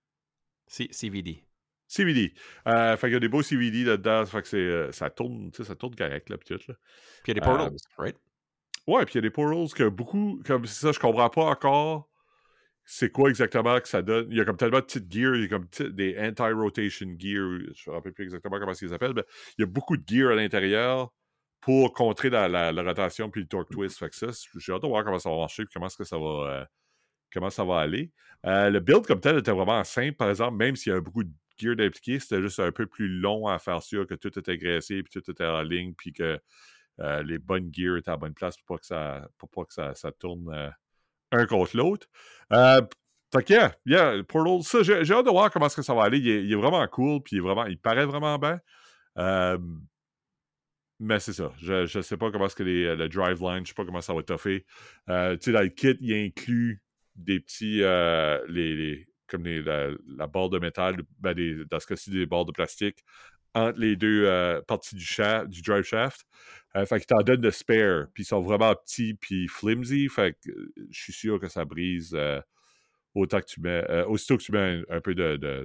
C- CVD. C V D. Euh, fait qu'il y a des beaux C V D là-dedans, fait que c'est, euh, ça tourne, tu sais, ça tourne correct, là, pis tout, là. Puis il y a des Euh, portals, right? ouais, puis il y a des portals que beaucoup, comme c'est ça, je comprends pas encore c'est quoi exactement que ça donne. Il y a comme tellement de petites gears, il y a comme des anti-rotation gears, je ne me rappelle plus exactement comment ils s'appellent, mais il y a beaucoup de gears à l'intérieur pour contrer la, la, la rotation puis le torque twist. Fait que ça, j'ai hâte de voir comment ça va marcher et comment est-ce que ça va, euh, comment ça va aller. Euh, le build comme tel était vraiment simple, par exemple, même s'il y avait beaucoup de gears d'impliquer, c'était juste un peu plus long à faire sûr que tout était graissé puis tout était en ligne puis que euh, les bonnes gears étaient à la bonne place pour pas que ça, pour pas que ça, ça tourne euh, un contre l'autre. Euh, fait que, yeah, yeah, Portal, ça, j'ai, j'ai hâte de voir comment est-ce que ça va aller. Il est, il est vraiment cool, puis il, est vraiment, il paraît vraiment bien. Euh, mais c'est ça. Je, je sais pas comment est-ce que les, le driveline, je sais pas comment ça va toffer. Euh, tu sais, dans le kit, il inclut des petits, euh, les, les, comme les, la, la barre de métal, ben des, dans ce cas-ci, des barres de plastique, entre les deux euh, parties du, shaft, du drive shaft. Euh, fait qu'ils t'en donnent de spare. Puis ils sont vraiment petits puis flimsy. Fait que euh, je suis sûr que ça brise euh, autant que tu mets. Euh, aussitôt que tu mets un, un peu de, de,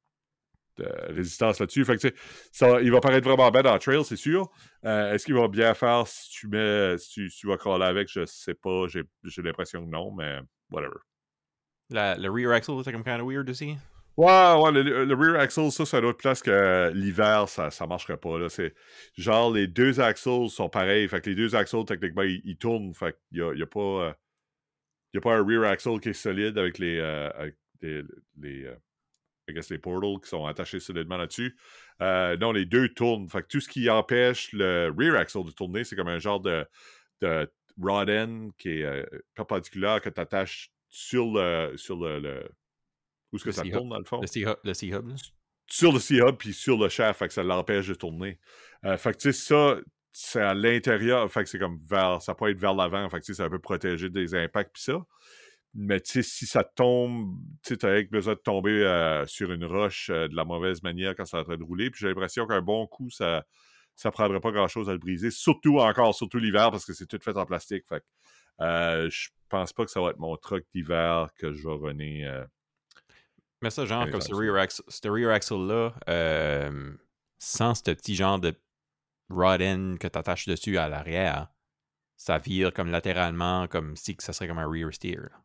de résistance là-dessus. Fait que ça, il va paraître vraiment bien dans le trail, c'est sûr. Euh, est-ce qu'il va bien faire si tu mets. Si tu, si tu vas crawler avec, je sais pas. J'ai, j'ai l'impression que non, mais whatever. La, le rear axle, c'est comme kind of weird aussi. Ouais, ouais, le, le rear axle, ça, c'est une autre place que euh, l'hiver, ça, ça marcherait pas. Là. C'est genre les deux axles sont pareils. Fait que les deux axles, techniquement, ils, ils tournent. Fait qu'il y a, il y a pas. Euh, il y a pas un rear axle qui est solide avec les. Euh, avec les, les, euh, I guess les portals qui sont attachés solidement là-dessus. Euh, non, les deux tournent. Fait que tout ce qui empêche le rear axle de tourner, c'est comme un genre de, de rod end qui est euh, perpendiculaire que tu attaches sur le. Sur le, le où est-ce que Le ça C-hub. tourne, dans le fond? Le C-hub, le C-hub, là. Sur le C-hub puis sur le shaft, fait que ça l'empêche de tourner. Euh, fait que tu sais, ça, c'est à l'intérieur, fait que c'est comme vers, ça peut être vers l'avant, fait que tu sais, ça peut protéger des impacts puis ça. Mais tu sais, si ça tombe, tu sais, t'as besoin de tomber euh, sur une roche euh, de la mauvaise manière quand c'est en train de rouler, puis j'ai l'impression qu'un bon coup, ça ça prendrait pas grand-chose à le briser, surtout encore, surtout l'hiver, parce que c'est tout fait en plastique, fait que euh, je pense pas que ça va être mon truck d'hiver que je vais runner euh, Mais ça, genre, comme ce anytime soon. rear, axle, ce rear axle-là, euh, sans ce petit genre de rod end que tu attaches dessus à l'arrière, ça vire comme latéralement, comme si que ça serait comme un rear steer. Là.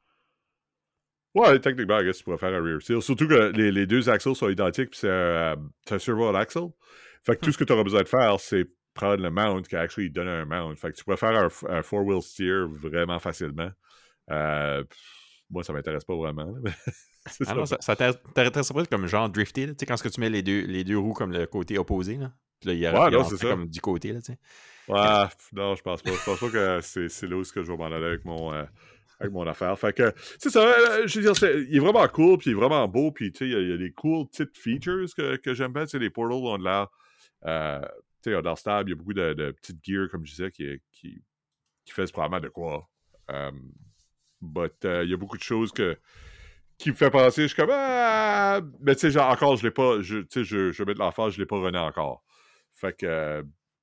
Ouais, techniquement, I guess tu pourrais faire un rear seal. Surtout que les, les deux axles sont identiques, puis c'est un, c'est un servo axle. Fait que tout ce que tu auras besoin de faire, c'est prendre le mount qui actually donne un mount. Fait que tu pourrais faire un, un four-wheel steer vraiment facilement. Euh, moi, ça m'intéresse pas vraiment. Mais c'est Ah ça. non, ça, ça t'arrêterait pas comme genre drifter, là, tu sais, quand ce que tu mets les deux, les deux roues comme le côté opposé, là. Puis là, il, Ouais, il non, c'est rentrait ça. comme du côté, là, tu sais. Ouais, non, je pense pas. Je pense pas que c'est, c'est là où que je vais m'en aller avec mon, euh, avec mon affaire. Fait que, c'est ça, euh, je veux dire, c'est, il est vraiment cool, puis il est vraiment beau, puis tu sais, il y, a, il y a des cool petites features que, que j'aime bien. Tu sais, les portals ont de l'air, euh, tu sais, ont de l'air stable. Il y a beaucoup de, de petites gears, comme je disais, qui, qui, qui faisent probablement de quoi. Um, but, euh, il y a beaucoup de choses que, qui me fait penser, je suis comme, ah! Mais tu sais, genre, encore, je l'ai pas, je, tu sais, je, je vais mettre l'emphase, je l'ai pas rené encore. Fait que, euh,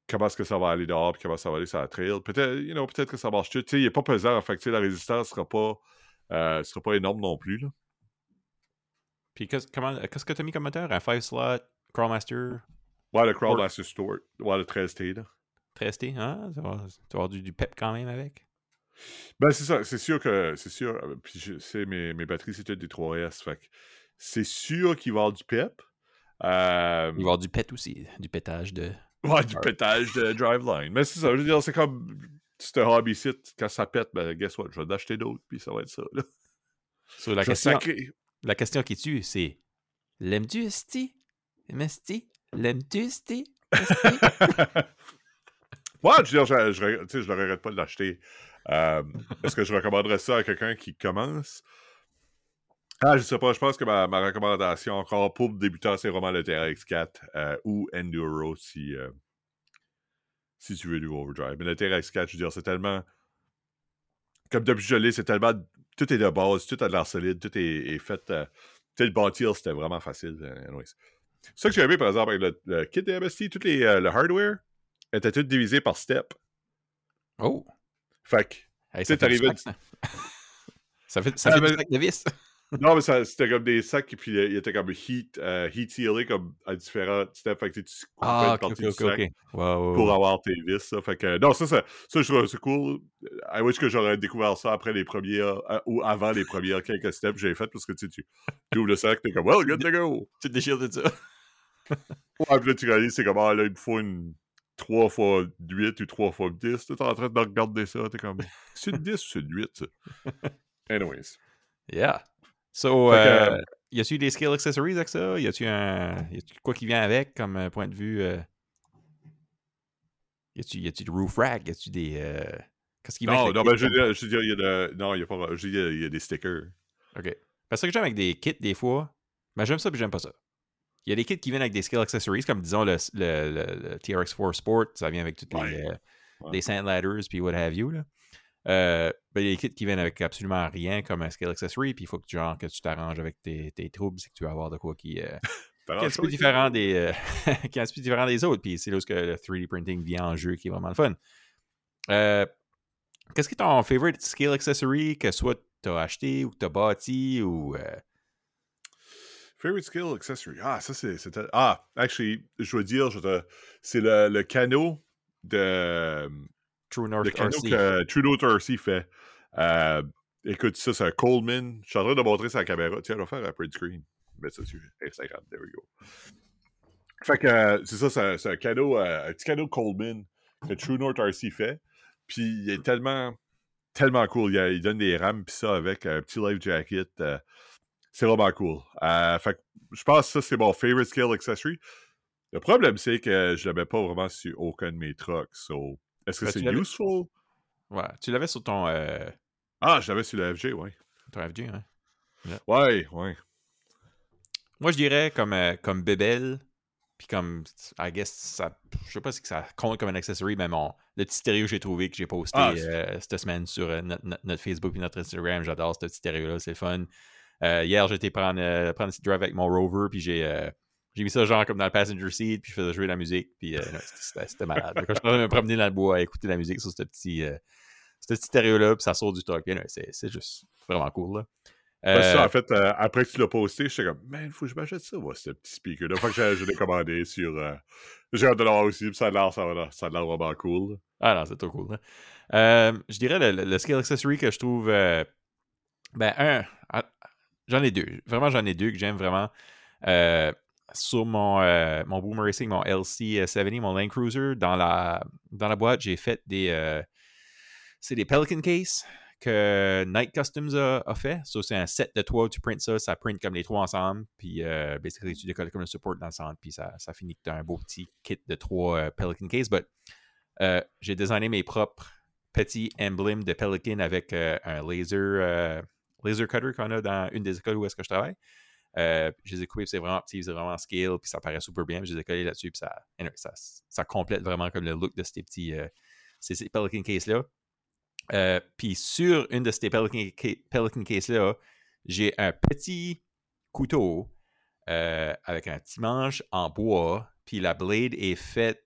comment est-ce que ça va aller dehors, puis comment ça va aller sur la trail. Peut-être, you know, peut-être que ça marche tout. Tu sais, il n'est pas pesant, fait que, tu sais, la résistance sera pas, euh, sera pas énorme non plus, là. Puis qu'est-ce, comment, qu'est-ce que tu as mis comme moteur? Un five slot, Crawlmaster, Ouais, le Or- Crawlmaster Stewart. Ouais, le treize T, là. treize T, hein? Tu vas avoir, tu vas avoir du, du pep quand même avec. Ben, c'est ça. C'est sûr que, c'est sûr, euh, puis je sais, mes, mes batteries, c'est toutes des trois S, fait que c'est sûr qu'il va y avoir du pep. Euh, Il va y avoir du pet aussi, du pétage de... ouais, du pétage de driveline. Mais c'est ça, je veux dire, c'est comme, c'est un hobby site, quand ça pète, ben, guess what, je vais en acheter d'autres, puis ça va être ça, là. So, la, Je vais question, sacrer. la question qui tue, c'est l'aimes-tu, Esti? Esti? L'aimes-tu, Esti? Esti? Ouais, je veux dire, je, je, tu sais, je leur arrête pas de l'acheter. Euh, est-ce que je recommanderais ça à quelqu'un qui commence? Ah, je sais pas, je pense que ma, ma recommandation encore pour débutant, c'est vraiment le T R X quatre euh, ou Enduro si, euh, si tu veux du overdrive. Mais le T R X quatre, je veux dire, c'est tellement... Comme depuis que je l'ai, c'est tellement... Tout est de base, tout a de l'air solide, tout est, est fait... Euh, tu sais, le bâtir, c'était vraiment facile. Euh, anyways. C'est ça que j'ai aimé, par exemple, avec le, le kit de M S T, tout les, euh, le hardware était tout divisé par step. Oh! Fait que, Hey, tu sais, ça fait du t'arrivais... sac, ça. Ça fait, ça Ah, fait du mais- sac de vis. Non, mais ça, c'était comme des sacs, et puis euh, il était comme heat, euh, heat sealé comme à différents steps. Fait que tu coupais Ah, une ok, partie ok, du ok, sac ok. Wow, wow, pour wow. avoir tes vis. Ça. Fait que, non, ça, ça, ça, je trouve c'est cool. I wish que j'aurais découvert ça après les premières, euh, ou avant les premières quelques steps que j'ai fait, parce que tu sais, tu, tu ouvres le sac, t'es comme, well, good to go. Tu te déchires de ça. Ouais, puis là, tu réalises, c'est comme, ah, là, il me faut une trois fois huit ou trois fois dix. T'es en train de regarder ça, t'es comme, c'est une dix ou c'est une huit, ça? Anyways. Yeah. So, Fait que, euh, euh, y a-tu des skill accessories avec ça? Y a-tu un. Y a-tu quoi qui vient avec comme euh, point de vue? Euh... Y a-tu, y a-tu du roof rack? Y a-tu des. Euh... Qu'est-ce qui vient non, avec le non, kit? ben, je veux Comme... dire, je veux dire, il y a de, non, il y a pas, je veux dire, il y a des stickers. Ok. Parce que j'aime avec des kits des fois. Ben, j'aime ça puis j'aime pas ça. Il y a des kits qui viennent avec des skill accessories, comme disons le, le, le, le T R X quatre Sport, ça vient avec toutes Ouais. les, euh, Ouais. les Sand Ladders puis what have you. Là. Euh, ben, il y a des kits qui viennent avec absolument rien comme un skill accessory, puis il faut que, genre, que tu t'arranges avec tes, tes troubles, c'est que tu vas avoir de quoi qui, euh, qui est un petit peu différent des, euh, qui est un petit peu différent des autres, puis c'est là où le trois D printing vient en jeu qui est vraiment le fun. Euh, qu'est-ce qui est ton favorite skill accessory que soit tu as acheté ou que tu as bâti ou. Euh... Favorite skill accessory. Ah, ça, c'est... c'était... Ah, actually, je dois dire, je te... c'est le, le canot de... True North Le canot R C. que True North R C fait. Euh, écoute, ça, c'est un Coleman. Je suis en train de montrer sa caméra. Tiens, on va faire un print screen. Mets ça sur Instagram. There we go. Fait que, euh, c'est ça, c'est un, c'est un canot, euh, un petit canot Coleman que True North R C fait. Puis, il est tellement... tellement cool. Il, a, il donne des rames pis ça avec un petit life jacket. Euh, c'est vraiment cool. Euh, fait que je pense que ça, c'est mon favorite skill accessory. Le problème, c'est que je ne l'avais pas vraiment sur aucun de mes trucks. So, est-ce que Ben, c'est tu l'avais- useful? Ouais, tu l'avais sur ton, euh, Ah, je l'avais sur le F G, ouais. ton F G, hein? Ouais, ouais. Moi, je dirais comme, euh, comme bébelle, puis comme, I guess, ça, je sais pas si ça compte comme un accessory, mais mon, le petit stéréo que j'ai trouvé, que j'ai posté Ah, euh, cette semaine sur euh, notre, notre, notre Facebook et notre Instagram, j'adore ce petit stéréo-là, c'est le fun. Euh, hier, j'étais prendre, euh, prendre un petit drive avec mon Rover, puis j'ai, euh, j'ai mis ça genre comme dans le passenger seat, puis je faisais jouer la musique, puis euh, non, c'était, c'était malade. Quand je suis en train de me promener dans le bois à écouter la musique sur ce petit, euh, ce petit stéréo-là, puis ça sort du truck, non, c'est, c'est juste vraiment cool, là. ben, ça, Euh, en fait, euh, après que tu l'as posté, j'étais comme, man, faut que je m'achète ça, moi, ce petit speaker-là. Fait que j'ai, je l'ai commandé sur. Euh, j'ai hâte de l'avoir aussi, puis ça a l'air, ça, a- ça a l'air vraiment cool. là. Ah non, c'est trop cool. Hein? Euh, je dirais le, le, le skill accessory que je trouve. Euh, ben, un, ah, j'en ai deux. Vraiment, j'en ai deux que j'aime vraiment. Euh, sur mon, euh, mon Boom Racing, mon L C soixante, mon Land Cruiser, dans la, dans la boîte, j'ai fait des. Euh, c'est des Pelican Case que Night Customs a, a fait. So, c'est un set de trois, tu printes ça, ça print comme les trois ensemble, puis euh, basically, tu décolles comme le support dans le centre, puis ça, ça finit que tu as un beau petit kit de trois euh, Pelican Case. But euh, j'ai designé mes propres petits emblems de Pelican avec euh, un laser, euh, laser cutter qu'on a dans une des écoles où est-ce que je travaille. Euh, je les ai coupés, c'est vraiment petit, c'est vraiment scale, puis ça paraît super bien. Je les ai collés là-dessus, puis ça, anyway, ça, ça complète vraiment comme le look de ces petits euh, ces, ces Pelican Case-là. Euh, puis sur une de ces Pelican, Pelican Case-là, j'ai un petit couteau euh, avec un petit manche en bois, puis la blade est faite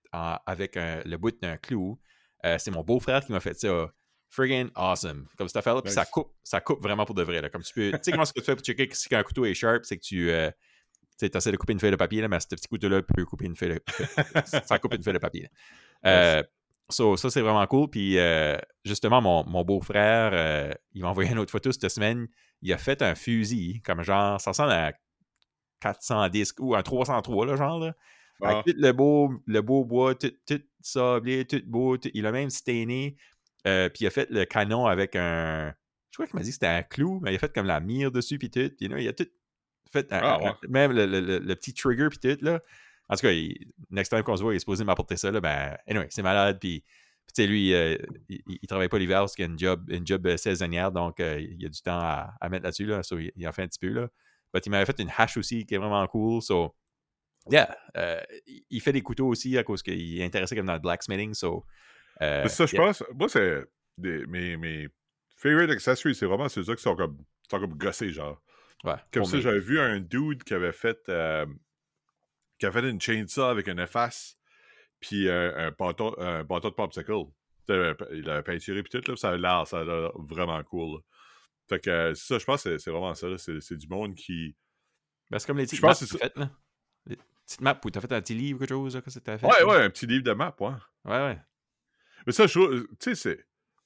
en- avec un- le bout d'un clou. Euh, c'est mon beau-frère qui m'a fait ça. Friggin' awesome. Comme cette affaire-là. Puis Nice. ça coupe, ça coupe vraiment pour de vrai. Là. Comme tu peux. Tu sais comment ce que tu fais pour checker si un couteau est sharp, c'est que tu. Euh, tu essaies de couper une feuille de papier, là, mais ce petit couteau-là peut couper une feuille de ça coupe une feuille de papier. Euh, so, ça, c'est vraiment cool. Puis, euh, justement, mon, mon beau-frère, euh, il m'a envoyé une autre photo cette semaine. Il a fait un fusil, comme genre, ça ressemble à quatre cent dix ou un trois cent trois, là, genre, là. Avec Ah. tout le beau, le beau bois, tout, tout sablé, tout beau. Tout, il a même stainé. Euh, puis, il a fait le canon avec un. Je crois qu'il m'a dit que c'était un clou, mais il a fait comme la mire dessus, puis tout. Puis, là, il a tout fait. Un, Ah, un- ouais. même le, le- le- le petit trigger, puis tout, là. En tout cas, il, next time qu'on se voit, il est supposé m'apporter ça, là. Ben, anyway, c'est malade, puis. Puis, tu sais, lui, euh, il, il travaille pas l'hiver parce qu'il a une job, une job euh, saisonnière, donc euh, il a du temps à, à mettre là-dessus, là. So, il, il en fait un petit peu, là. But il m'avait fait une hache aussi qui est vraiment cool. So, yeah. euh, il- il fait des couteaux aussi à cause qu'il est intéressé comme dans le blacksmithing. So, euh, Mais ça, je yeah. pense. Moi, c'est. Des, mes, mes favorite accessories, c'est vraiment ceux-là qui sont comme, sont comme gossés, genre. Ouais, Comme ça, homemade. j'avais vu un dude qui avait fait. Euh, qui avait fait une chainsaw avec un efface, puis euh, un, bâton, un bâton de popsicle. T'sais, il avait peinturé, puis tout, là, ça a l'air, ça a l'air vraiment cool. Là. Fait que euh, ça, je pense que c'est, c'est vraiment ça. Là. C'est, c'est du monde qui. Ben, c'est comme les Je petites pense maps que que c'est t'as ça. faites, là. Les petites maps où t'as fait un petit livre ou quelque chose, là, que t'as fait. Ouais, là. ouais, un petit livre de map, ouais. Ouais, ouais. Mais ça, je trouve. Tu sais, c'est.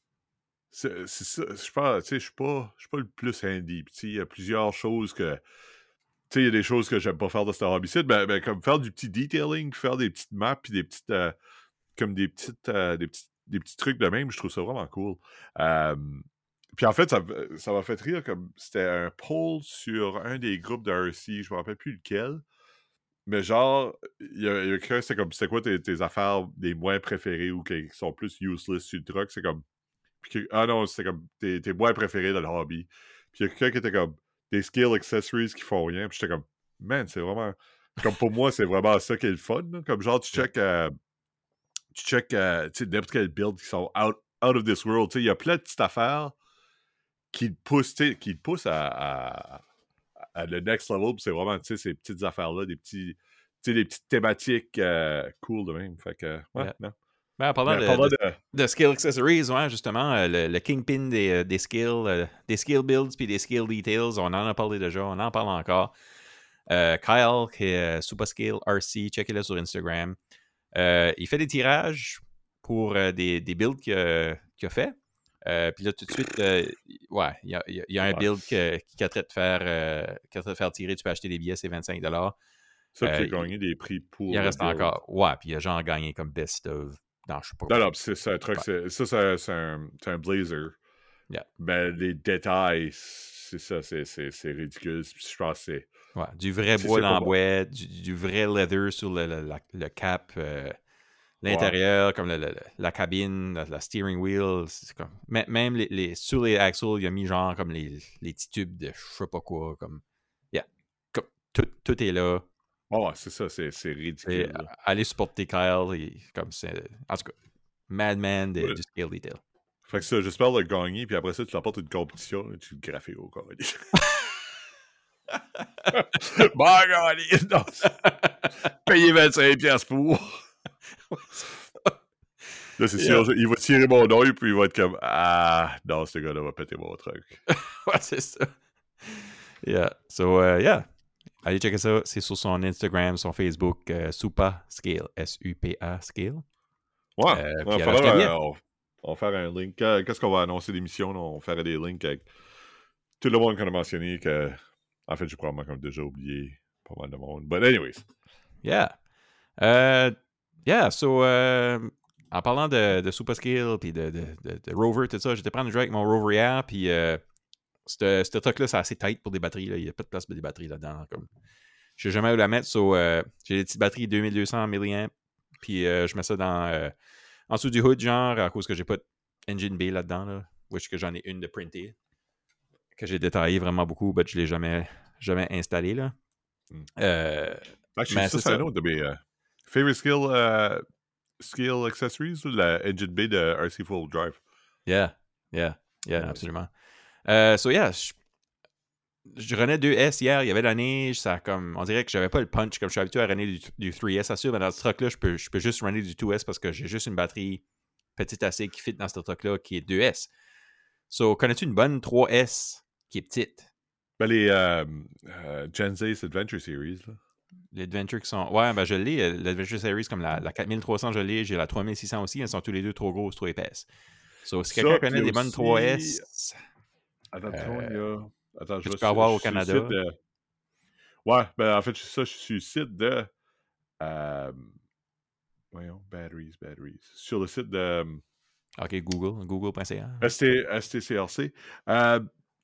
C'est, c'est ça. Je pense, tu sais, je suis pas, je suis pas le plus handy. Puis, tu sais, il y a plusieurs choses que. Tu sais, il y a des choses que j'aime pas faire de ce hobby-ci. Ben, ben, comme faire du petit detailing, faire des petites maps, puis des petites. euh, comme des petites, euh, des petits, des petits trucs de même, je trouve ça vraiment cool. Euh, puis en fait, ça, ça m'a fait rire comme c'était un poll sur un des groupes de R C, je me rappelle plus lequel. Mais genre, il y a, il y a quelqu'un, c'est comme c'est quoi tes, tes affaires des moins préférées ou qui sont plus useless sur le truck, c'est comme. Puis que- ah non, c'est comme tes, tes moins préférés dans le hobby. Puis il y a quelqu'un qui était comme des skill accessories qui font rien. Puis j'étais comme, man, c'est vraiment. Comme pour moi, c'est vraiment ça qui est le fun. Là. Comme genre, tu Yeah. check. Euh, tu check euh, n'importe quel build qui sont out, out of this world. Il y a plein de petites affaires qui te poussent, qui te poussent à, à, à le next level. C'est vraiment ces petites affaires-là, des petits. Des petites thématiques euh, cool de même. Fait que, ouais, Yeah. non. Ben, en parlant Mais de, parlant de, de. de skill accessories, ouais, justement, euh, le, le kingpin des, euh, des skills, euh, des skill builds puis des skill details, on en a parlé déjà, on en parle encore. Euh, Kyle, qui est euh, Super Skill R C, checkez-le sur Instagram. Euh, il fait des tirages pour euh, des, des builds qu'il a, qu'il a fait. Euh, puis là, tout de suite, euh, ouais, il y a, il y a un Ouais. build que- qui est de faire, euh, qui est de faire tirer. Tu peux acheter des billets, c'est vingt-cinq dollars. Ça, Euh, puis il a il, gagné des prix pour il en le reste build. encore. Ouais, puis il a genre gagné comme best of dans je sais pas. Non, non, c'est, c'est un truc. Ouais. C'est, ça, c'est, c'est, un, c'est un blazer. Yeah. Mais les détails, c'est ça, c'est, c'est, c'est ridicule. Puis je pense que c'est. Ouais, du vrai C'est, bois c'est dans pas le bon. bois, du, du vrai leather sur le, le, la- le cap, euh, l'intérieur, comme le- le- la cabine, la, la steering wheel. C'est comme, mê- même les, les- sur les axles, il a mis genre comme les, les petits tubes de je sais pas quoi. Comme, yeah, comme, tout, tout est là. Oh, ouais, c'est ça, c'est, c'est Et, ridicule. Là. allez supporter Kyle. Et, comme c'est, en tout cas, madman de, Ouais. du scale detail. Fait que ça, j'espère le gagner, puis après ça, tu l'apportes une compétition, et tu le graffes au corps. Bon, gagné! Non, payer vingt-cinq piastres pour. Là, c'est Yeah. sûr, il va tirer mon oeil, puis il va être comme ah, non, ce gars-là va péter mon truc. Ouais, c'est ça. Yeah. So, uh, yeah. Allez checker ça. C'est sur son Instagram, son Facebook, euh, Supa Scale. S U P A Scale. Ouais, Euh, ouais puis elle faudra, achète un billet. euh, on, on va faire un link. Euh, Qu'est-ce qu'on va annoncer l'émission? Là? On ferait des links avec tout le monde qu'on a mentionné. Que, en fait, j'ai probablement comme déjà oublié pas mal de monde. But anyways. Yeah. Euh, yeah, so, euh, en parlant de, de Super Scale puis de, de, de, de Rover, tout ça, j'étais prendre un drive avec mon Rover hier, puis euh, ce ce truc-là, c'est assez tight pour des batteries. Là. Il n'y a pas de place pour des batteries là-dedans. Comme... Je sais jamais où la mettre, so, euh, j'ai des petites batteries deux mille deux cents milliampères, puis euh, je mets ça dans, euh, en dessous du hood, genre, à cause que j'ai pas d'engine bay là-dedans, là, which que j'en ai une de printée, que j'ai détaillé vraiment beaucoup, mais je l'ai jamais, jamais installé, là. Mm. Euh, Actually, mais ça, c'est c'est un ça. autre de mes uh, favorite skill, uh, skill accessories, la engine bay de R C Full Drive. Yeah, yeah, yeah, Ouais. absolument. Euh, so, yeah, je- je renais deux S hier, il y avait de la neige, ça comme, on dirait que j'avais pas le punch comme je suis habitué à runner du, du trois S, assure, mais dans ce truck-là, je peux, je peux juste runner du deux S parce que j'ai juste une batterie petite assez qui fit dans ce truck-là qui est deux S. So, connais-tu une bonne trois S qui est petite? Ben, les euh, euh, Gen Z Adventure Series, là. Les Adventure qui sont... Ouais, ben je l'ai, l'Adventure Series comme la, la quatre mille trois cents, je l'ai, j'ai la trois mille six cents aussi, elles sont tous les deux trop grosses, trop épaisses. So, si quelqu'un Ça, connaît puis des bonnes aussi... trois S... Attends, euh, il y a... Attends, je que vais tu peux avoir je au suis sur le Canada. site de... Ouais, ben en fait, c'est ça, je suis sur le site de... Euh... Voyons, batteries, batteries. Sur le site de... OK, Google, google point c a. S T C R C. Euh...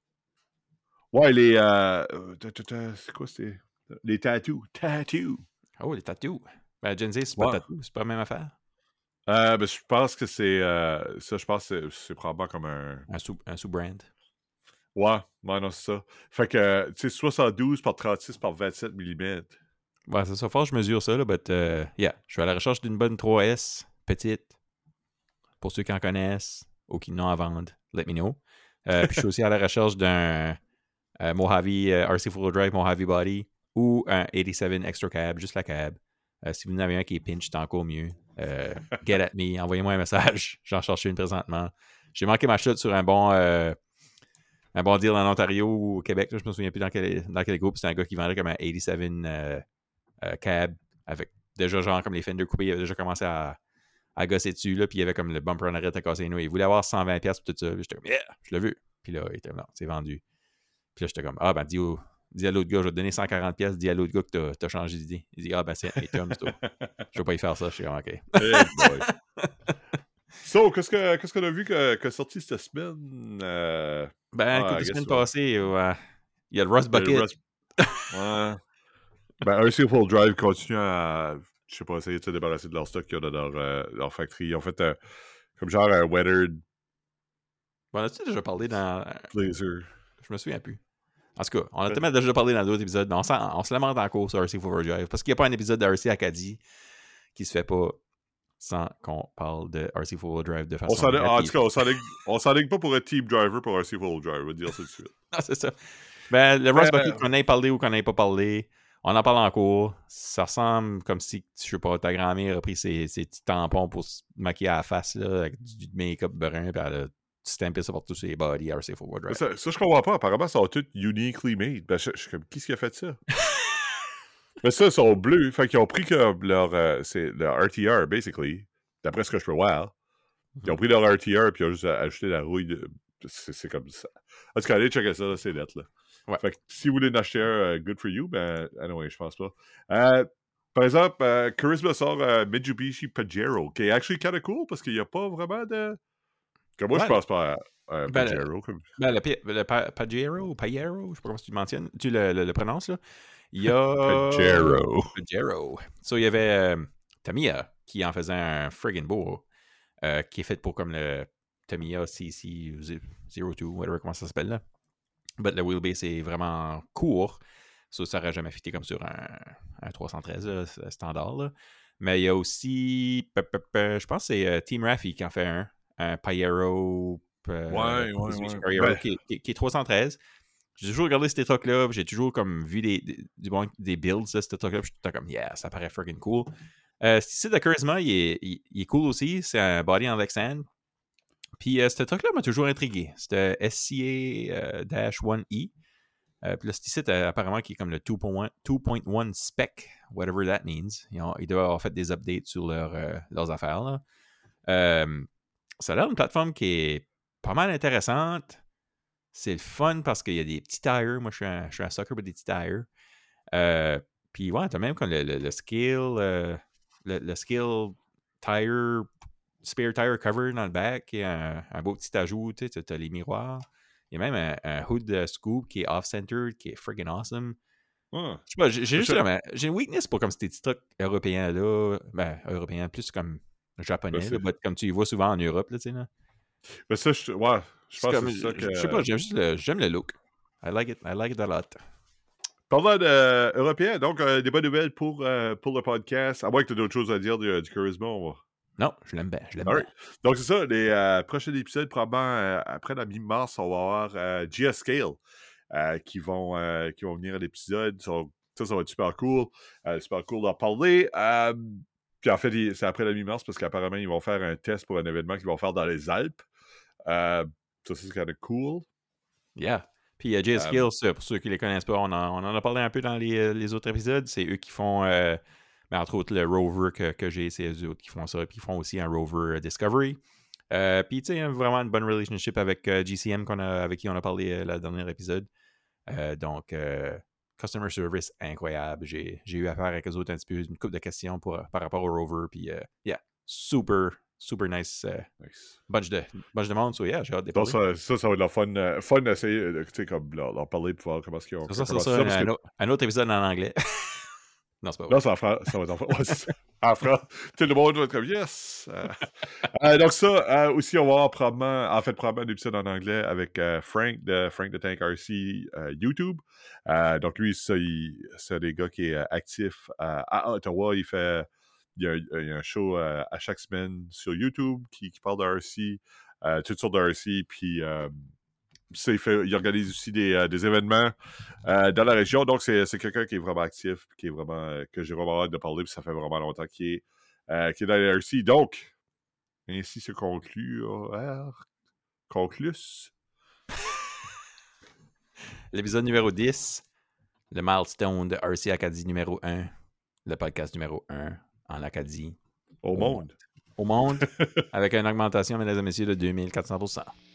Ouais, les... Euh... C'est quoi, c'est... Les tattoos. Tattoos. Oh, les tattoos. Ben, Gen Z, c'est pas Ouais. tattoo, c'est pas la même affaire. Euh, ben, je pense que c'est... Euh... Ça, je pense que c'est, c'est probablement comme un... Un, sous, un sous-brand. Ouais, ouais, non, c'est ça. Fait que, tu sais, soixante-douze par trente-six par vingt-sept millimètres. Ouais, c'est ça. Fort, je mesure ça, là, but, uh, yeah. Je suis à la recherche d'une bonne trois S, petite, pour ceux qui en connaissent ou qui n'ont à vendre. Let me know. Euh, puis je suis aussi à la recherche d'un euh, Mojave euh, R C Full Drive Mojave Body ou un quatre-dix-sept Extra Cab, juste la cab. Euh, si vous en avez un qui est pinch, c'est encore mieux. Euh, get at me, envoyez-moi un message. J'en cherche une présentement. J'ai manqué ma chute sur un bon... Euh, un bon deal en Ontario ou au Québec, là, je me souviens plus dans quel, dans quel groupe. C'était un gars qui vendait comme un quatre-dix-sept euh, euh, cab avec déjà genre comme les fenders coupés. Il avait déjà commencé à, à gosser dessus. Là, puis il y avait comme le bumper en arrière à casser les noix. Il voulait avoir cent vingt dollars pour tout ça. J'étais comme, yeah, je l'ai vu. Puis là, il était non, c'est vendu. Puis là, j'étais comme, ah ben, dis, au, dis à l'autre gars, je vais te donner cent quarante dollars. Dis à l'autre gars que t'as, t'as changé d'idée. Il dit, ah ben, c'est mes chums, c'est tout. Je vais pas y faire ça. Je suis comme, ok. Hey boy. So, qu'est-ce, que, qu'est-ce qu'on a vu que, que sorti cette semaine? Euh... Ben, Ah, écoute, I la guess semaine so. passée, euh, il y a le Rust Le Bucket. Rust- Ouais. Ben, R C Full Drive continue à, je sais pas, essayer de se débarrasser de leur stock qu'il y a dans leur, euh, leur factory. Ils ont fait euh, comme genre un weathered Bon, as-tu déjà parlé dans... blazer. Je me souviens plus. En tout cas, on a tellement déjà parlé dans d'autres épisodes, mais on, on se lamente encore sur R C Full Drive parce qu'il n'y a pas un épisode de R C Acadie qui se fait pas sans qu'on parle de R C Full Drive de façon On s'en, en rapide. tout cas, on s'enligne, on s'enligne pas pour un team driver pour R C Full Drive, on va dire ça tout de suite. Non, c'est ça. Ben, le Rust Euh, Bucket, qu'on ait parlé ou qu'on n'ait pas parlé, on en parle en cours. Ça ressemble comme si, je sais pas, ta grand-mère a pris ses, ses petits tampons pour se maquiller à la face là, avec du make-up brun, puis elle a stampé ça partout sur les body R C Full Drive. Ça, ça, je comprends pas. Apparemment, ils sont tous uniquely made. Ben, je, je suis comme, qui est-ce qui a fait ça? Mais ça, ils sont bleus. Fait qu'ils ont pris comme leur, euh, c'est leur R T R, basically. D'après ce que je peux voir. Ils ont pris leur R T R puis ils ont juste ajouté la rouille de. C'est, c'est comme ça. En tout cas, allez checker ça, là, c'est net, là. Ouais. Fait que si vous voulez en acheter un, uh, good for you, ben, anyway, je pense pas. Euh, par exemple, euh, Charisma sort un Mitsubishi Pajero, qui est actually kind of cool parce qu'il n'y a pas vraiment de. Comme moi, Ouais, je pense pas à un ben, Pajero. le, Comme... ben, le, le pa, Pajero ou Pajero, je sais pas comment tu le mentionnes, tu le, le, le prononces, là. Il y a... Pajero. Pajero. So, il y avait euh, Tamiya qui en faisait un friggin' beau, euh, qui est fait pour comme le Tamiya C C zéro deux, whatever, comment ça s'appelle là. But le wheelbase est vraiment court. So, ça n'aurait jamais fité comme sur un, un trois cent treize là, standard. Là. Mais il y a aussi, je pense que c'est euh, Team Raffi qui en fait un, un Pajero, euh, ouais, ouais, ouais. Pajero Ben... qui, qui, qui est trois cent treize. J'ai toujours regardé ces trucks-là, j'ai toujours comme vu des, des, des, des builds de ces trucks-là, puis j'étais comme, yeah, ça paraît freaking cool. Euh, ce site de Charisma, il est, il, il est cool aussi. C'est un body en Lexan. Puis euh, ce truc-là m'a toujours intrigué. C'était S C A un E. Euh, puis là, ce site, euh, apparemment, qui est comme le deux point un spec, whatever that means. Ils, ont, ils doivent avoir fait des updates sur leur, euh, leurs affaires. Là. Euh, ça a l'air d'une plateforme qui est pas mal intéressante. C'est le fun parce qu'il y a des petits tires. Moi, je suis un, je suis un sucker pour des petits tires. Euh, puis ouais, t'as même comme le, le, le scale, euh, le, le scale tire, spare tire cover dans le back, qui est un, un beau petit ajout. Tu sais, t'as les miroirs. Il y a même un, un hood scoop qui est off-centered, qui est friggin' awesome. Ouais. Je sais pas, j'ai, j'ai juste comme, j'ai une weakness pour comme ces petits trucs européens là. Ben, européens, plus comme japonais, ben, là, but, comme tu y vois souvent en Europe, là, tu sais, là. Ben ça, je, ouais, je pense comme, que c'est ça que... Je sais pas, j'aime juste le, j'aime le look. I like it, I like it a lot. Parlant d'Européens, donc euh, des bonnes nouvelles pour, euh, pour le podcast. À moins que tu aies d'autres choses à dire du, du Charisma. On va... Non, je l'aime bien, je l'aime right. bien. Donc c'est ça, les euh, prochains épisodes, probablement euh, après la mi-mars, on va avoir euh, G S Scale. euh, qui, vont, euh, qui vont venir à l'épisode. Ça, ça, ça va être super cool. Euh, super cool d'en parler. Euh, puis en fait, il- c'est après la mi-mars parce qu'apparemment, ils vont faire un test pour un événement qu'ils vont faire dans les Alpes. Euh, ça, c'est kind of cool. Yeah. Puis uh, J S Euh, Skills, pour ceux qui ne les connaissent pas, on en, on en a parlé un peu dans les, les autres épisodes. C'est eux qui font, euh, ben, entre autres, le rover que, que j'ai, c'est eux autres qui font ça. Puis ils font aussi un rover Discovery. Euh, puis, tu sais, vraiment une bonne relationship avec uh, G C M qu'on a, avec qui on a parlé euh, le dernier épisode. Euh, donc, euh, customer service incroyable. J'ai, j'ai eu affaire avec eux autres un petit peu, une couple de questions pour, par rapport au rover. Puis, uh, yeah, super, super nice, uh, nice. bunch, de, bunch de monde. So, yeah, j'ai hâte de Donc, parler. ça, ça, ça va être la fun, euh, fun d'essayer, euh, tu sais, comme leur, leur parler pour voir comment est-ce qu'ils ont C'est ça, c'est commencé ça, ça. Parce un, que, autre, un autre épisode en anglais. Non, c'est pas vrai. là, ça, va, ça va être en français. Ouais, c'est ça. En France, tout le monde va être comme yes! Euh, euh, donc, ça, euh, aussi, on va avoir probablement, en fait, probablement un épisode en anglais avec euh, Frank de Frank de Tank R C euh, YouTube. Euh, donc, lui, ça, il, c'est des gars qui est euh, actif euh, à Ottawa. Il fait. Il y a, il y a un show euh, à chaque semaine sur YouTube qui, qui parle de R C, euh, toutes sortes de R C, puis. Euh, Ça, il, fait, il organise aussi des, euh, des événements euh, dans la région. Donc, c'est, c'est quelqu'un qui est vraiment actif, qui est vraiment, euh, que j'ai vraiment hâte de parler, puis ça fait vraiment longtemps qu'il est, euh, qu'il est dans la R C. Donc, ainsi se conclut. Euh, conclus. L'épisode numéro dix, le milestone de R C Acadie numéro un, le podcast numéro un en Acadie. Au, au monde. monde. Au monde, avec une augmentation, mesdames et messieurs, de deux mille quatre cents pour cent.